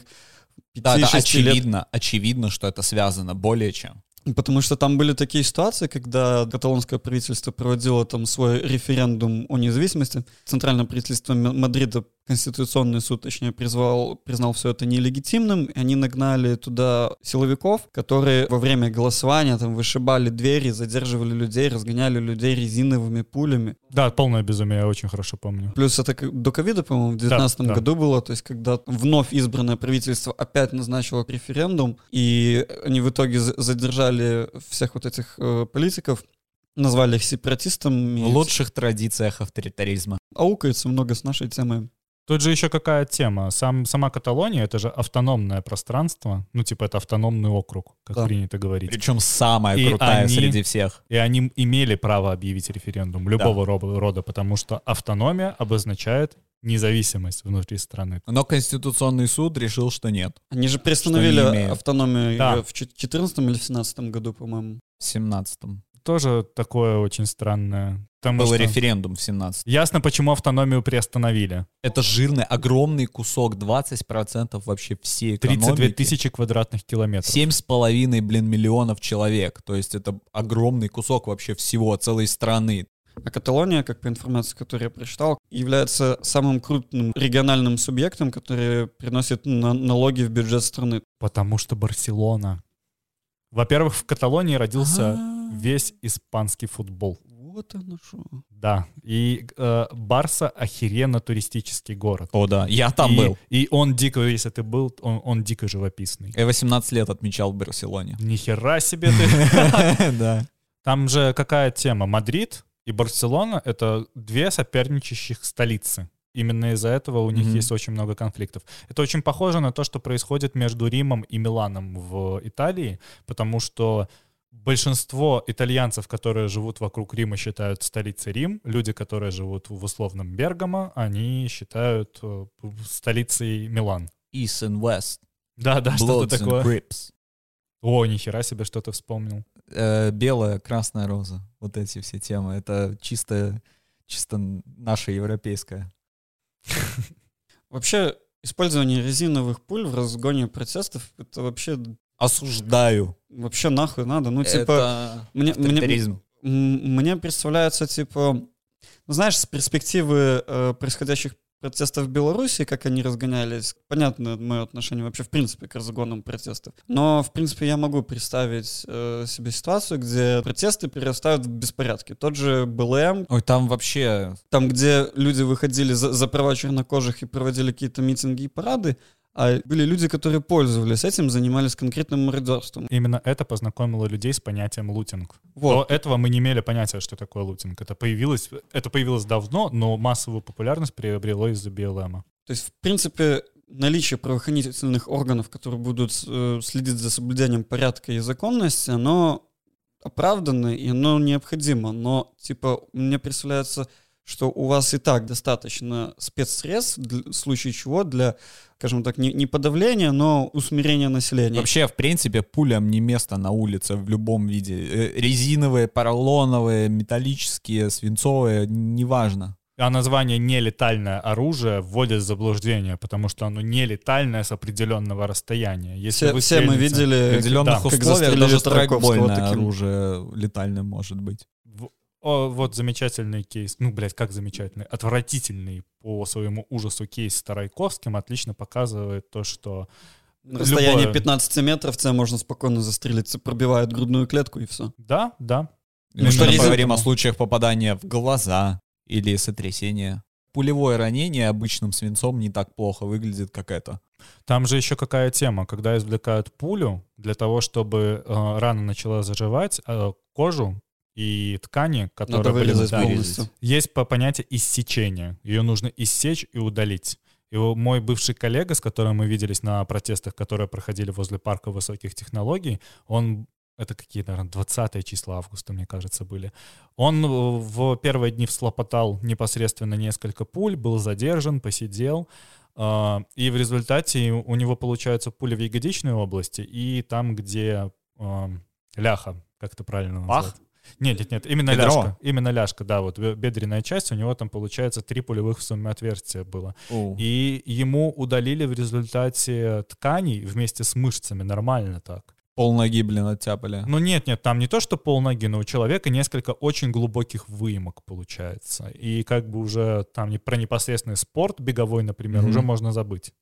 5-6 лет. Очевидно, что это связано более чем. Потому что там были такие ситуации, когда каталонское правительство проводило там свой референдум о независимости. Центральное правительство Мадрида, Конституционный суд, точнее, признал все это нелегитимным. И они нагнали туда силовиков, которые во время голосования там вышибали двери, задерживали людей, разгоняли людей резиновыми пулями. Да, полное безумие, я очень хорошо помню. Плюс это до ковида, по-моему, в 2019 году было, то есть когда вновь избранное правительство опять назначило референдум, и они в итоге задержали всех вот этих политиков, назвали их сепаратистами. В лучших традициях авторитаризма. Аукается много с нашей темой. Тут же еще какая тема. Сама Каталония — это же автономное пространство. Ну, типа, это автономный округ, как принято говорить. Причем самая крутая среди всех. И они имели право объявить референдум любого рода, потому что автономия обозначает независимость внутри страны. Но Конституционный суд решил, что нет. Они же Что приостановили не имеют. автономию Да. её в 2014 или 2017 году, по-моему. В 17-м. Тоже такое очень странное. Потому Был что референдум в 17-м. ясно, почему автономию приостановили. Это жирный, огромный кусок, 20% вообще всей экономики. 32 тысячи квадратных километров. 7,5, миллионов человек. То есть это огромный кусок вообще всего, целой страны. А Каталония, как по информации, которую я прочитал, является самым крупным региональным субъектом, который приносит налоги в бюджет страны. Потому что Барселона. Во-первых, в Каталонии родился весь испанский футбол. Вот оно что. Да. И Барса охеренно туристический город. О, да, я там был. И он дико, если ты был, он дико живописный. Я 18 лет отмечал в Барселоне. Нихера себе ты. Да. Там же какая тема? Мадрид и Барселона — это две соперничающих столицы. Именно из-за этого у них есть очень много конфликтов. Это очень похоже на то, что происходит между Римом и Миланом в Италии, потому что большинство итальянцев, которые живут вокруг Рима, считают столицей Рим. Люди, которые живут в условном Бергамо, они считают столицей Милан. East and West. Да, что-то Bloods and такое. Crips. О, нихера себе, что ты вспомнил. Белая, красная роза. Вот эти все темы. Это чисто наша европейская. Вообще, использование резиновых пуль в разгоне протестов, это вообще Осуждаю. нахуй надо. Ну, типа, Это мне авторитаризм. представляется, типа, ну, знаешь, с перспективы происходящих протестов в Беларуси, как они разгонялись, понятно мое отношение вообще в принципе к разгонам протестов. Но, в принципе, я могу представить себе ситуацию, где протесты перерастают в беспорядки. Тот же БЛМ, Ой, там вообще... там, где люди выходили за права чернокожих и проводили какие-то митинги и парады, а были люди, которые пользовались этим, занимались конкретным мародерством. Именно это познакомило людей с понятием лутинг. Вот. До этого мы не имели понятия, что такое лутинг. Это появилось давно, но массовую популярность приобрело из-за БЛМа. То есть, в принципе, наличие правоохранительных органов, которые будут следить за соблюдением порядка и законности, оно оправданно и оно необходимо. Но, типа, мне представляется, что у вас и так достаточно спецсредств, в случае чего, для, скажем так, не подавления, но усмирения населения. Вообще, в принципе, пулям не место на улице в любом виде. Резиновые, поролоновые, металлические, свинцовые, неважно. А название «нелетальное оружие» вводит в заблуждение, потому что оно нелетальное с определенного расстояния. Если вы все мы стрельнете- видели, В определенных как условиях застрелили даже Тарковского страйкбольное таким. оружие летальным может быть. Вот замечательный кейс. Как замечательный? Отвратительный по своему ужасу кейс с Тарайковским отлично показывает то, что На расстоянии любое- 15 метров тебя можно спокойно застрелиться, пробивает грудную клетку и все. Да. Ну, что резин- поговорим о случаях попадания в глаза или сотрясения. Пулевое ранение обычным свинцом не так плохо выглядит, как это. Там же еще какая тема. Когда извлекают пулю, для того, чтобы рана начала заживать, кожу и ткани, которые Надо были вырезать да, полностью. есть понятие иссечения. Ее нужно иссечь и удалить. И мой бывший коллега, с которым мы виделись на протестах, которые проходили возле парка высоких технологий, это какие, наверное, 20 числа августа, мне кажется, были. Он в первые дни вслопотал непосредственно несколько пуль, был задержан, посидел. И в результате у него получаются пули в ягодичной области и там, где ляха, как это правильно назвать? Пах? Нет, именно Бедро? ляжка. Именно ляжка, да, вот бедренная часть, у него там, получается, 3 пулевых в сумме отверстия было. И ему удалили в результате тканей вместе с мышцами, нормально так. Полноги, оттяпали. Ну нет, там не то, что полноги, но у человека несколько очень глубоких выемок получается. И как бы уже там про непосредственный спорт беговой, например, уже можно забыть.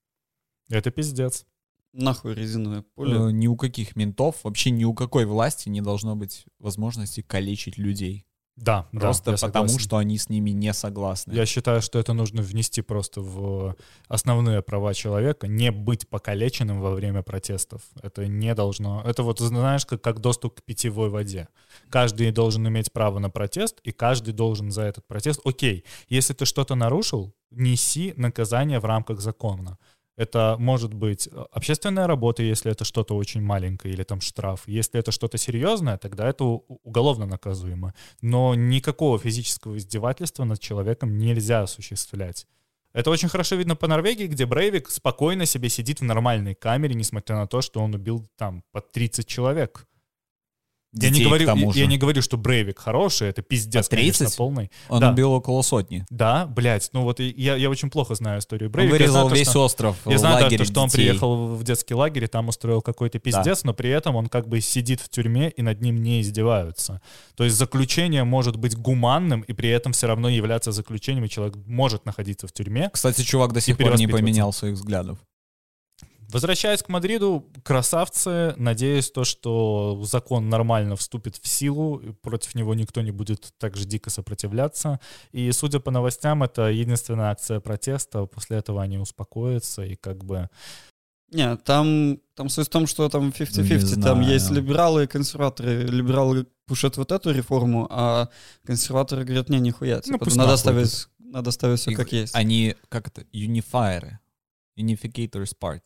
Это пиздец. Нахуй резиновые пули. Ни у каких ментов, вообще ни у какой власти не должно быть возможности калечить людей. Да, Просто я потому, согласен. что они с ними не согласны. Я считаю, что это нужно внести просто в основные права человека, не быть покалеченным во время протестов. Это не должно... Это вот, знаешь, как доступ к питьевой воде. Каждый должен иметь право на протест, и каждый должен за этот протест... Окей, если ты что-то нарушил, неси наказание в рамках закона. Это может быть общественная работа, если это что-то очень маленькое, или там штраф. Если это что-то серьезное, тогда это уголовно наказуемо. Но никакого физического издевательства над человеком нельзя осуществлять. Это очень хорошо видно по Норвегии, где Брейвик спокойно себе сидит в нормальной камере, несмотря на то, что он убил там под 30 человек. Я не говорю, что Брейвик хороший, это пиздец, конечно, полный. Он убил около 100. Да, блядь, ну вот я очень плохо знаю историю Брейвика. Он вырезал весь остров, я знаю, лагерь что он приехал в детский лагерь и там устроил какой-то пиздец, но при этом он как бы сидит в тюрьме и над ним не издеваются. То есть заключение может быть гуманным и при этом все равно являться заключением, и человек может находиться в тюрьме. Кстати, чувак до сих пор не поменял своих взглядов. Возвращаясь к Мадриду, красавцы, надеюсь, что закон нормально вступит в силу, против него никто не будет так же дико сопротивляться. И, судя по новостям, это единственная акция протеста, после этого они успокоятся и как бы... Нет, там суть в том, что там 50-50, там есть либералы и консерваторы. Либералы пушат вот эту реформу, а консерваторы говорят, не, нихуя, надо ставить все как есть. Они, как это, юнифайеры, Unificators Party.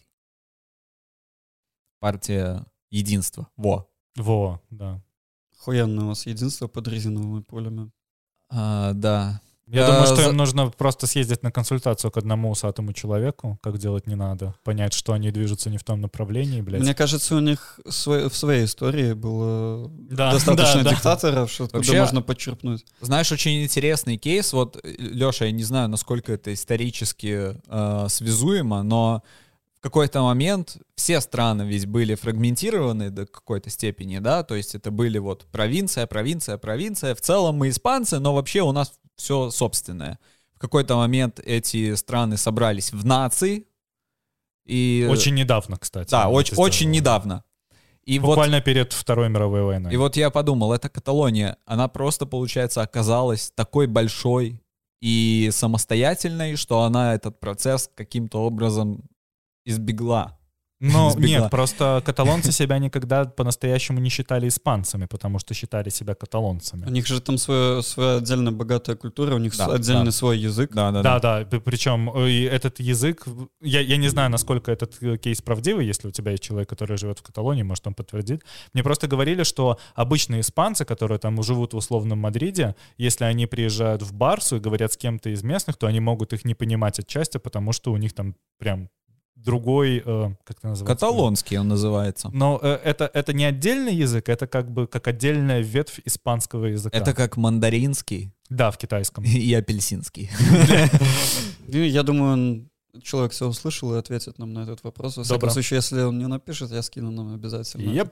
Партия единства. Во, да. Охуенное у вас единство под резиновыми полями. Да. Я думаю, что им нужно просто съездить на консультацию к одному усатому человеку, как делать не надо, понять, что они движутся не в том направлении, блядь. Мне кажется, у них в своей истории было достаточно диктаторов, что вообще, можно подчерпнуть. Знаешь, очень интересный кейс. Вот, Леша, я не знаю, насколько это исторически связуемо, но в какой-то момент все страны ведь были фрагментированы до какой-то степени, да, то есть это были вот провинция. В целом мы испанцы, но вообще у нас все собственное. В какой-то момент эти страны собрались в нации. И... Очень недавно, кстати. Да, очень недавно. И буквально перед Второй мировой войной. И вот я подумал, эта Каталония, она просто, получается, оказалась такой большой и самостоятельной, что она этот процесс каким-то образом избегла. Ну, нет, просто каталонцы себя никогда по-настоящему не считали испанцами, потому что считали себя каталонцами. У них же там своя отдельно богатая культура, у них отдельный свой язык. Да, причем и этот язык, я не знаю, насколько этот кейс правдивый, если у тебя есть человек, который живет в Каталонии, может, он подтвердит. Мне просто говорили, что обычные испанцы, которые там живут в условном Мадриде, если они приезжают в Барсу и говорят с кем-то из местных, то они могут их не понимать отчасти, потому что у них там прям другой, как это называется? Каталонский он называется. Но это не отдельный язык, это как бы как отдельная ветвь испанского языка. Это как мандаринский. Да, в китайском. И апельсинский. Я думаю, человек все услышал и ответит нам на этот вопрос. В всяком случае, если он не напишет, я скину нам обязательно.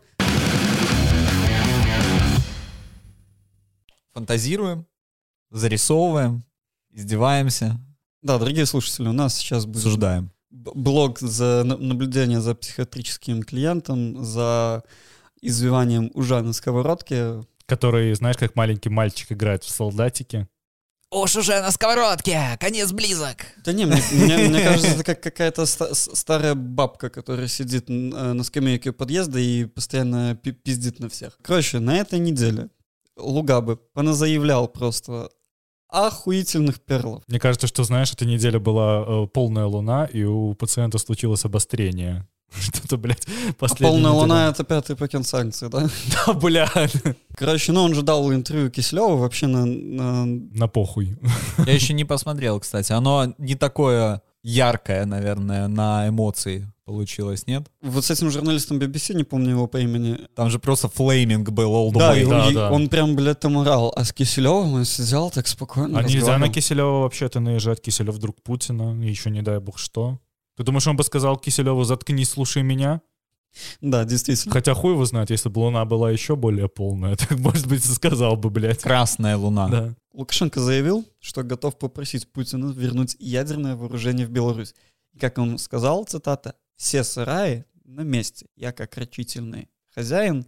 Фантазируем, зарисовываем, издеваемся. Да, дорогие слушатели, у нас сейчас будет... Обсуждаем. Блог за наблюдение за психиатрическим клиентом, за извиванием ужа на сковородке. Который, знаешь, как маленький мальчик играет в солдатики. Уж уже на сковородке, конец близок. Да не, мне кажется, это как какая-то старая бабка, которая сидит на скамейке у подъезда и постоянно пиздит на всех. Короче, на этой неделе Лугабе поназаявлял просто... охуительных перлов. Мне кажется, что, знаешь, эта неделя была полная луна, и у пациента случилось обострение. Что-то, блядь, последняя полная неделя. луна — это 5-й пакет санкций, да? Да, блядь. Короче, он же дал интервью Киселеву вообще на похуй. Я еще не посмотрел, кстати. Оно не такое яркое, наверное, на эмоции получилось, нет? Вот с этим журналистом BBC, не помню его по имени. Там же просто флейминг был all the way. Да, он прям, блядь, там орал. А с Киселевым он сидел так спокойно. А нельзя на Киселева вообще-то наезжать. Киселев друг Путина. И еще не дай бог что. Ты думаешь, он бы сказал Киселеву: заткнись, слушай меня? Да, действительно. Хотя хуй его знает, если бы луна была еще более полная, так, может быть, сказал бы, блядь. Красная луна. Да. Лукашенко заявил, что готов попросить Путина вернуть ядерное вооружение в Беларусь. И как он сказал, цитата: «Все сараи на месте. Я как рачительный хозяин».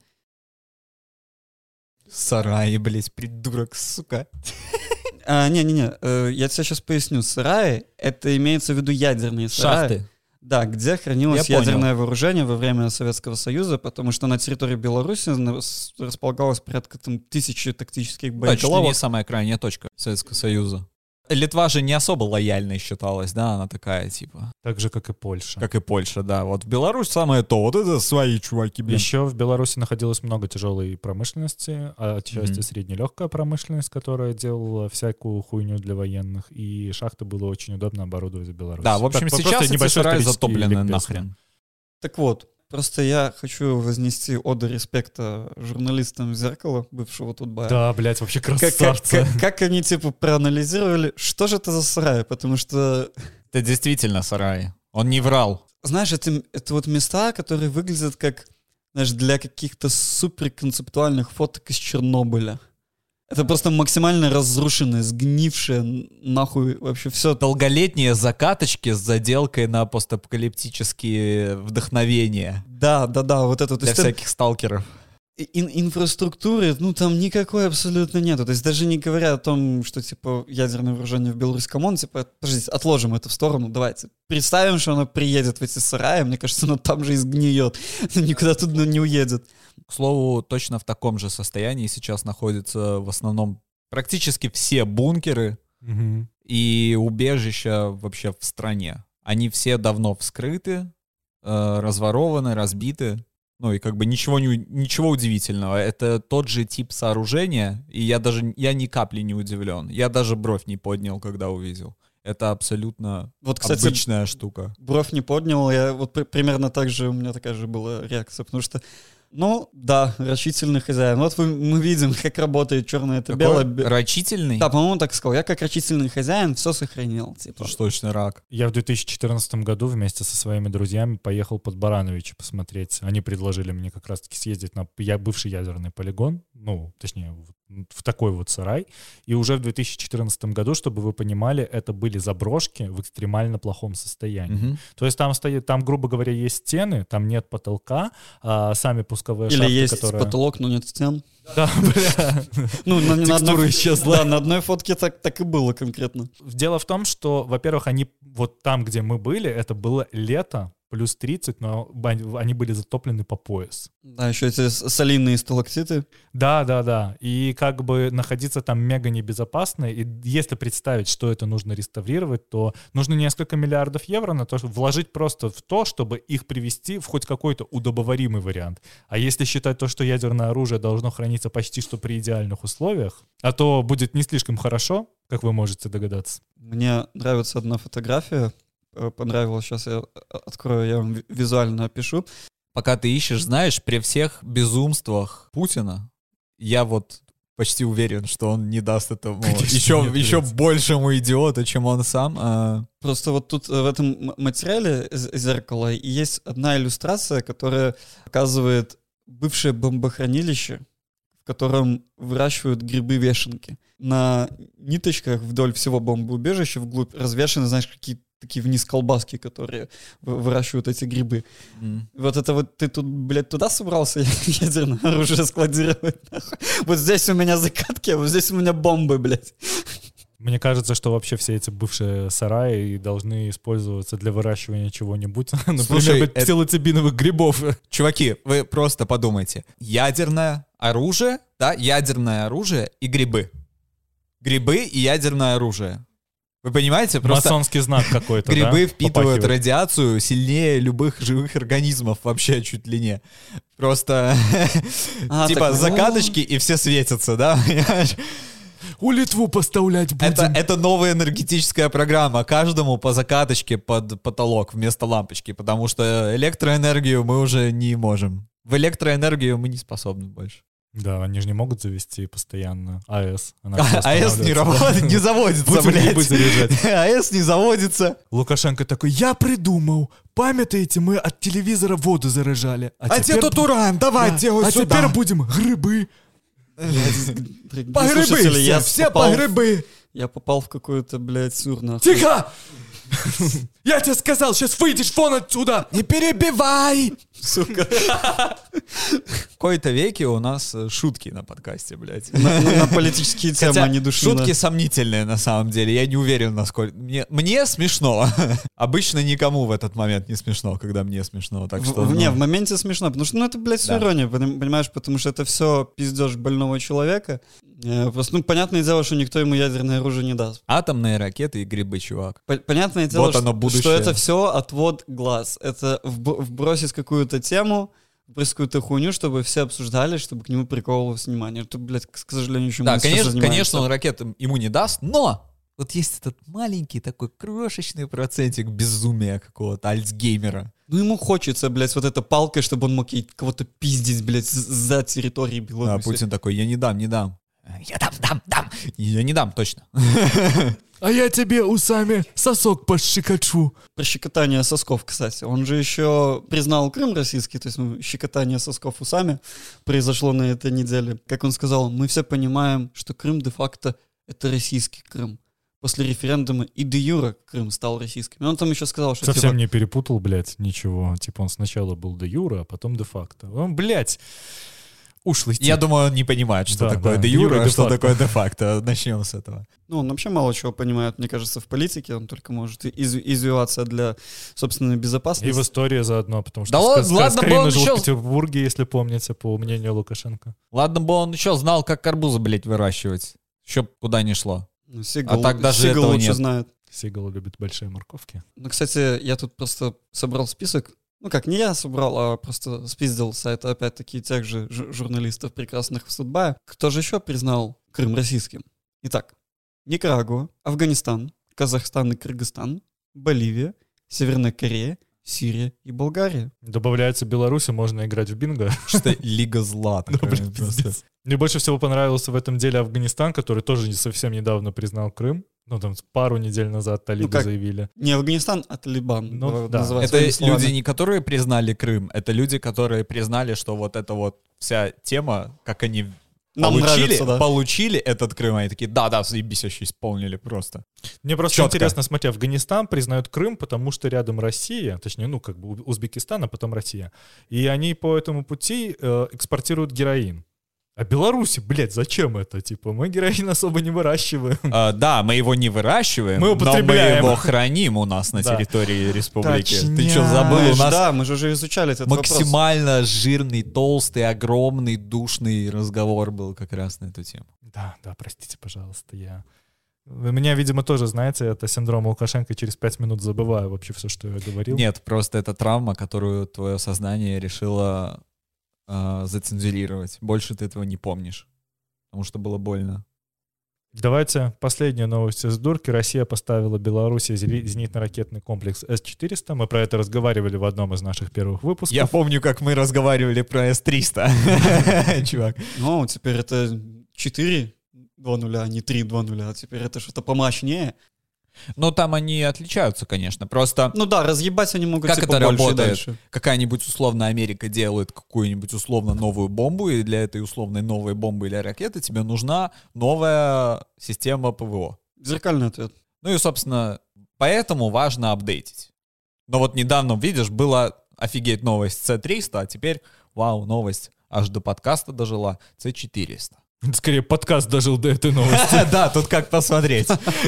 Сараи, блядь, придурок, сука. Не-не-не, я тебе сейчас поясню. Сараи — это имеется в виду ядерные сараи. Шахты. Да, где хранилось ядерное вооружение во время Советского Союза, потому что на территории Беларуси располагалось порядка 1000 тактических боеголовок. Это не самая крайняя точка Советского Союза. Литва же не особо лояльной считалась, да, она такая, типа. Так же, как и Польша. Как и Польша, да. Вот Беларусь самое то, вот это свои чуваки, блин. Еще в Беларуси находилось много тяжелой промышленности, отчасти среднелегкая промышленность, которая делала всякую хуйню для военных, и шахты было очень удобно оборудовать в Беларуси. Да, в общем, Так, сейчас эти небольшой сараи исторический затоплены ликбез. нахрен. Так вот, просто я хочу вознести оду респекта журналистам «Зеркала», бывшего Тутбая. Да, блядь, вообще красавцы. Как они, типа, проанализировали, что же это за сарай, потому что... Это действительно сарай. Он не врал. Знаешь, это вот места, которые выглядят как, знаешь, для каких-то суперконцептуальных фоток из Чернобыля. Это просто максимально разрушенное, сгнившее, нахуй вообще все. Долголетние закаточки с заделкой на постапокалиптические вдохновения. Да, вот это. Для всяких сталкеров. Инфраструктуры, ну, там никакой абсолютно нету. То есть даже не говоря о том, что, типа, ядерное вооружение в Беларусь, камон, типа, подождите, отложим это в сторону, давайте. Представим, что оно приедет в эти сараи, мне кажется, оно там же и сгниет. Никуда туда не уедет. К слову, точно в таком же состоянии сейчас находятся в основном практически все бункеры и убежища вообще в стране. Они все давно вскрыты, разворованы, разбиты. Ну и как бы ничего удивительного. Это тот же тип сооружения, и я ни капли не удивлен. Я даже бровь не поднял, когда увидел. Это абсолютно вот, кстати, обычная штука. Бровь не поднял, я вот примерно так же, у меня такая же была реакция, потому что, ну, да, рачительный хозяин. Вот мы видим, как работает черное это белое. Рачительный? Да, по-моему, так сказал. Я как рачительный хозяин все сохранил. Типа. Уж точно рак. Я в 2014 году вместе со своими друзьями поехал под Барановичи посмотреть. Они предложили мне как раз-таки съездить на бывший ядерный полигон, ну, точнее, в такой вот сарай. И уже в 2014 году, чтобы вы понимали, это были заброшки в экстремально плохом состоянии. То есть там, грубо говоря, есть стены, там нет потолка, а сами пусковые шахты, или есть которые... потолок, но нет стен. Да, бля. Ну, текстура исчезла. Да, на одной фотке так и было конкретно. Дело в том, что, во-первых, они вот там, где мы были, это было лето, плюс 30, но они были затоплены по пояс. Да, еще эти солиные сталактиты. Да. И как бы находиться там мега небезопасно. И если представить, что это нужно реставрировать, то нужно несколько миллиардов евро на то, чтобы вложить просто в то, чтобы их привести в хоть какой-то удобоваримый вариант. А если считать то, что ядерное оружие должно храниться почти что при идеальных условиях, а то будет не слишком хорошо, как вы можете догадаться. Мне нравится одна фотография. Понравилось, сейчас я открою, я вам визуально опишу. Пока ты ищешь, знаешь, при всех безумствах Путина, я вот почти уверен, что он не даст этому еще большему идиоту, чем он сам. Просто вот тут в этом материале «Зеркало» есть одна иллюстрация, которая показывает бывшее бомбохранилище, в котором выращивают грибы-вешенки. На ниточках вдоль всего бомбоубежища вглубь развешаны, знаешь, какие-то такие вниз колбаски, которые выращивают эти грибы. Вот это вот ты тут, блядь, туда собрался ядерное оружие складировать? Вот здесь у меня закатки, а вот здесь у меня бомбы, блядь. Мне кажется, что вообще все эти бывшие сараи должны использоваться для выращивания чего-нибудь. Например, псилоцибиновых грибов. Чуваки, вы просто подумайте. Ядерное оружие, да, ядерное оружие и грибы. Грибы и ядерное оружие. Вы понимаете? Просто масонский знак какой-то, грибы да? впитывают Попахивает. радиацию сильнее любых живых организмов вообще чуть ли не. Просто типа закаточки и все светятся, да? У Литву поставлять будем. Это новая энергетическая программа. Каждому по закаточке под потолок вместо лампочки, потому что электроэнергию мы уже не можем. В электроэнергию мы не способны больше. Да, они же не могут завести постоянно АЭС. АЭС не работает, не заводится, блядь. АЭС не заводится. Лукашенко такой: я придумал. Памятаете, мы от телевизора воду заражали. А те тут уран, давайте его сюда. А теперь будем грибы. По грибы, все по грибы. Я попал в какую-то, блядь, сюр, нахуй. Тихо! Я тебе сказал, сейчас выйдешь вон отсюда! Не перебивай! Сука. кои-то веке у нас шутки на подкасте, блядь. На политические темы, а не душнина. Шутки сомнительные на самом деле. Я не уверен, насколько... Мне смешно. Обычно никому в этот момент не смешно, когда мне смешно. Так что, Не, в моменте смешно, потому что, это, блядь, все ирония, понимаешь, потому что это все пиздеж больного человека. Просто, понятное дело, что никто ему ядерное оружие не даст. Атомные ракеты и грибы, чувак. Понятное дело, Вот оно, будущее. что это все отвод глаз. Это вбросить какую-то тему, вбросить какую-то хуйню, чтобы все обсуждали, чтобы к нему приковывалось внимание. Это, блядь, к сожалению, еще Да, конечно, он ракет ему не даст, но вот есть этот маленький такой крошечный процентик безумия какого-то, альцгеймера. Ему хочется, блядь, вот этой палкой, чтобы он мог кого-то пиздить, блядь, за территорией Беларуси. А Путин такой, я не дам. Я дам. Я не дам, точно. А я тебе усами сосок пощекочу. Про щекотание сосков, кстати. Он же еще признал Крым российский, то есть щекотание сосков усами произошло на этой неделе. Как он сказал, мы все понимаем, что Крым де-факто это российский Крым. После референдума и де-юре Крым стал российским. И он там еще сказал, что... Совсем не перепутал, блядь, ничего. Типа он сначала был де-юре, а потом де-факто. Он, блядь... Ушлый тип. Я думаю, он не понимает, что такое де-юре, а что такое де-факто. Начнем с этого. Он вообще мало чего понимает, мне кажется, в политике. Он только может извиваться для собственной безопасности. И в истории заодно, потому что ладно, жил в Петербурге, если помните, по мнению Лукашенко. Ладно бы он еще знал, как арбузы, блядь, выращивать. Еще куда ни шло. Сигал, а так даже Сигал этого лучше нет. знает. Сигал любит большие морковки. Кстати, я тут просто собрал список. Не я собрал, а просто спиздил с сайта опять-таки тех же журналистов прекрасных в Судбае. Кто же еще признал Крым российским? Итак, Никарагуа, Афганистан, Казахстан и Кыргызстан, Боливия, Северная Корея, Сирия и Болгария. Добавляется Беларусь, и можно играть в бинго. Что лига зла такая просто. Мне больше всего понравился в этом деле Афганистан, который тоже совсем недавно признал Крым. Там пару недель назад талибы заявили. Не Афганистан, а Талибан. Это люди, не которые признали Крым, это люди, которые признали, что вот эта вот вся тема, как они получили этот Крым, они такие, да, заебись, еще исполнили просто. Мне просто интересно, смотри, Афганистан признает Крым, потому что рядом Россия, точнее, Узбекистан, а потом Россия. И они по этому пути экспортируют героин. А Беларуси, блядь, зачем это? Типа, мы героин особо не выращиваем. Да, мы его не выращиваем, мы употребляем. Но мы его храним у нас на территории республики. Точняк. Ты что, забыл? У нас да, мы же уже изучали этот максимально жирный, толстый, огромный, душный разговор был как раз на эту тему. Да, простите, пожалуйста, У меня, видимо, тоже, знаете, это синдром Лукашенко, через 5 минут забываю вообще все, что я говорил. Нет, просто это травма, которую твое сознание решило зацензурировать. Больше ты этого не помнишь, потому что было больно. Давайте последнюю новость из дурки. Россия поставила Беларуси зенитно-ракетный комплекс С-400. Мы про это разговаривали в одном из наших первых выпусков. Я помню, как мы разговаривали про С-300, чувак. Теперь это 4-2-0, а не 3-2-0, а теперь это что-то помощнее. Ну, там они отличаются, конечно, просто... разъебать они могут как типа это больше работает? и дальше. Какая-нибудь условно Америка делает какую-нибудь условно новую бомбу, и для этой условной новой бомбы или ракеты тебе нужна новая система ПВО. Зеркальный ответ. И, собственно, поэтому важно апдейтить. Но вот недавно, видишь, была офигеть новость С-300, а теперь, вау, новость аж до подкаста дожила, С-400. Скорее, подкаст дожил до этой новости. Да, тут как посмотреть.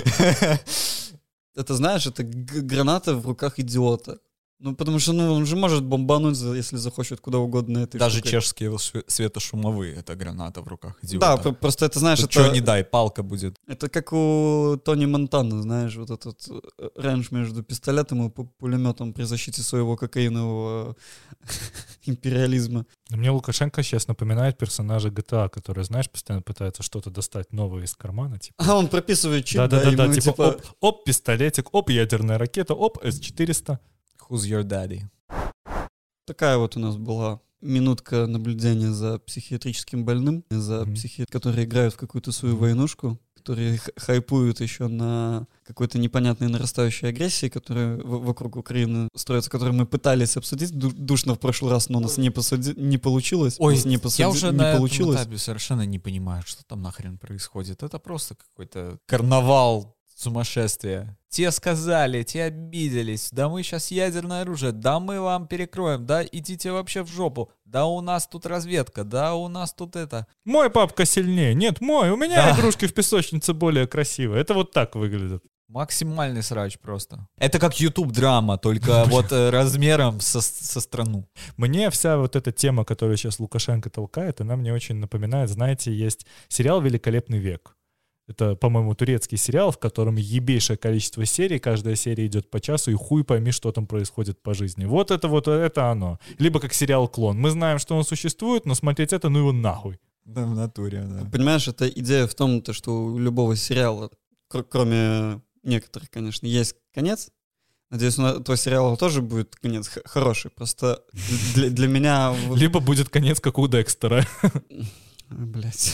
Это, знаешь, это граната в руках идиота. Потому что он же может бомбануть, если захочет, куда угодно этой Даже штукой. чешские светошумовые — это граната в руках идиота. Да, просто это, знаешь, тут это... что не дай, палка будет. Это как у Тони Монтана, знаешь, вот этот рейндж между пистолетом и пулеметом при защите своего кокаинового империализма. Мне Лукашенко сейчас напоминает персонажа GTA, который, знаешь, постоянно пытается что-то достать новое из кармана. Типа. Он прописывает чип, да, типа оп, пистолетик, оп, ядерная ракета, оп, С-400. Who's your daddy? Такая вот у нас была минутка наблюдения за психиатрическим больным, которые играют в какую-то свою войнушку, которые хайпуют еще на какой-то непонятной нарастающей агрессии, которая вокруг Украины строится, которую мы пытались обсудить душно в прошлый раз, но у нас не получилось. Я уже на этом этапе совершенно не понимаю, что там нахрен происходит. Это просто какой-то карнавал сумасшествие. Те сказали, те обиделись, да мы сейчас ядерное оружие, да мы вам перекроем, да идите вообще в жопу, да у нас тут разведка, да у нас тут это. Мой папка сильнее. Нет, мой. У меня Да. игрушки в песочнице более красивые. Это вот так выглядит. Максимальный срач просто. Это как YouTube-драма, только вот размером со страну. Мне вся вот эта тема, которую сейчас Лукашенко толкает, она мне очень напоминает, знаете, есть сериал «Великолепный век». Это, по-моему, турецкий сериал, в котором ебейшее количество серий, каждая серия идет по часу, и хуй пойми, что там происходит по жизни. Вот это оно. Либо как сериал «Клон». Мы знаем, что он существует, но смотреть это, ну его нахуй. Да, в натуре, да. Понимаешь, это идея в том, то, что у любого сериала, кроме некоторых, конечно, есть конец. Надеюсь, у того сериала тоже будет конец хороший. Просто для меня... Либо будет конец, как у Декстера. Блять.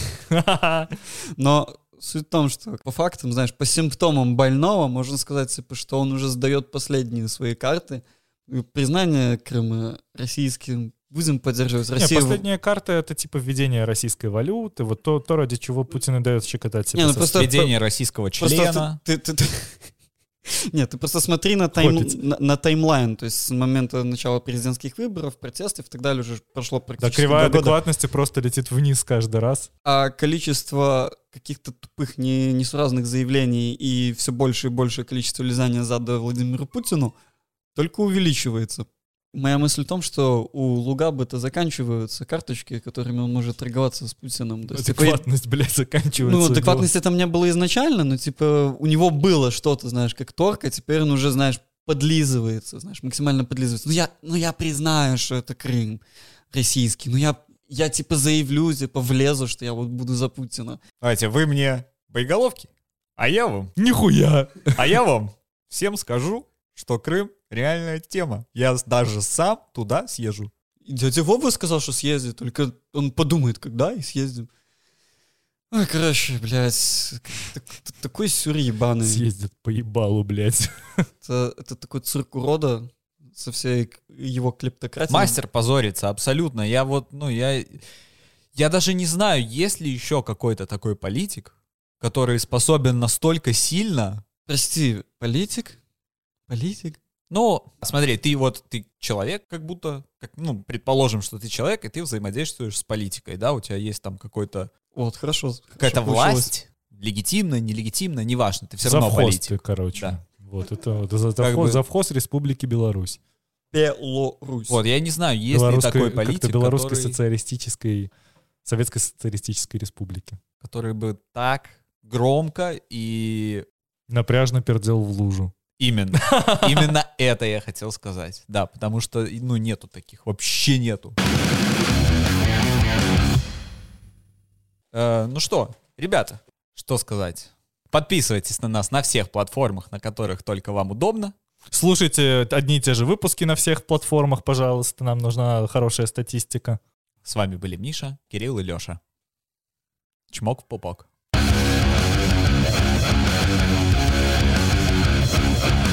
Но суть в том, что по фактам, знаешь, по симптомам больного можно сказать, типа, что он уже сдает последние свои карты. И признание Крыма российским будем поддерживать. Не, Россию... последняя карта — это типа введение российской валюты, вот то ради чего Путин и дает щекотать себя. Не, ну со просто- Введение российского члена. Нет, ты просто смотри на таймлайн, то есть с момента начала президентских выборов, протестов и так далее уже прошло Да, практически кривая 2 года. адекватности просто летит вниз каждый раз. А количество каких-то тупых, несуразных заявлений и все больше и большее количество лизания зада Владимиру Путину только увеличивается. Моя мысль в том, что у Лугабы-то заканчиваются карточки, которыми он может торговаться с Путиным. То есть, типа, Адекватность, блядь, заканчивается. ну, адекватности там не было изначально, но, типа, у него было что-то, знаешь, как торг, а теперь он уже, знаешь, подлизывается, знаешь, максимально подлизывается. Ну, я признаю, что это Крым российский, я типа, заявлю, типа, влезу, что я вот буду за Путина. Давайте, вы мне боеголовки, а я Нихуя! вам всем скажу, что Крым реальная тема. Я даже сам туда съезжу. И дядя Вова сказал, что съездит, только он подумает, когда, и съездим. Ой, короче, блядь, такой сюр ебаный. Съездит по ебалу, блядь. Это такой цирк урода со всей его клептократией. Мастер позорится, абсолютно. Я даже не знаю, есть ли еще какой-то такой политик, который способен настолько сильно... Прости, политик? Политик? Ну, смотри, ты человек, как будто, предположим, что ты человек, и ты взаимодействуешь с политикой, да, у тебя есть там какой-то... Вот, хорошо. Какая-то хорошо получилось. власть, легитимная, нелегитимная, неважно, ты все равно Завхоз политик. ты, короче. Да. Вот это вот Как бы- завхоз Республики Беларусь. Беларусь. Вот, я не знаю, есть ли такой политик, как-то Белорусской который, социалистической, Советской социалистической республики. который бы так громко и... Напряжно пердел в лужу. Именно это я хотел сказать. Да, потому что, нету таких, вообще нету. Ну что, ребята, что сказать? Подписывайтесь на нас на всех платформах, на которых только вам удобно. Слушайте одни и те же выпуски на всех платформах, пожалуйста. Нам нужна хорошая статистика. С вами были Миша, Кирилл и Леша. Чмок в пупок.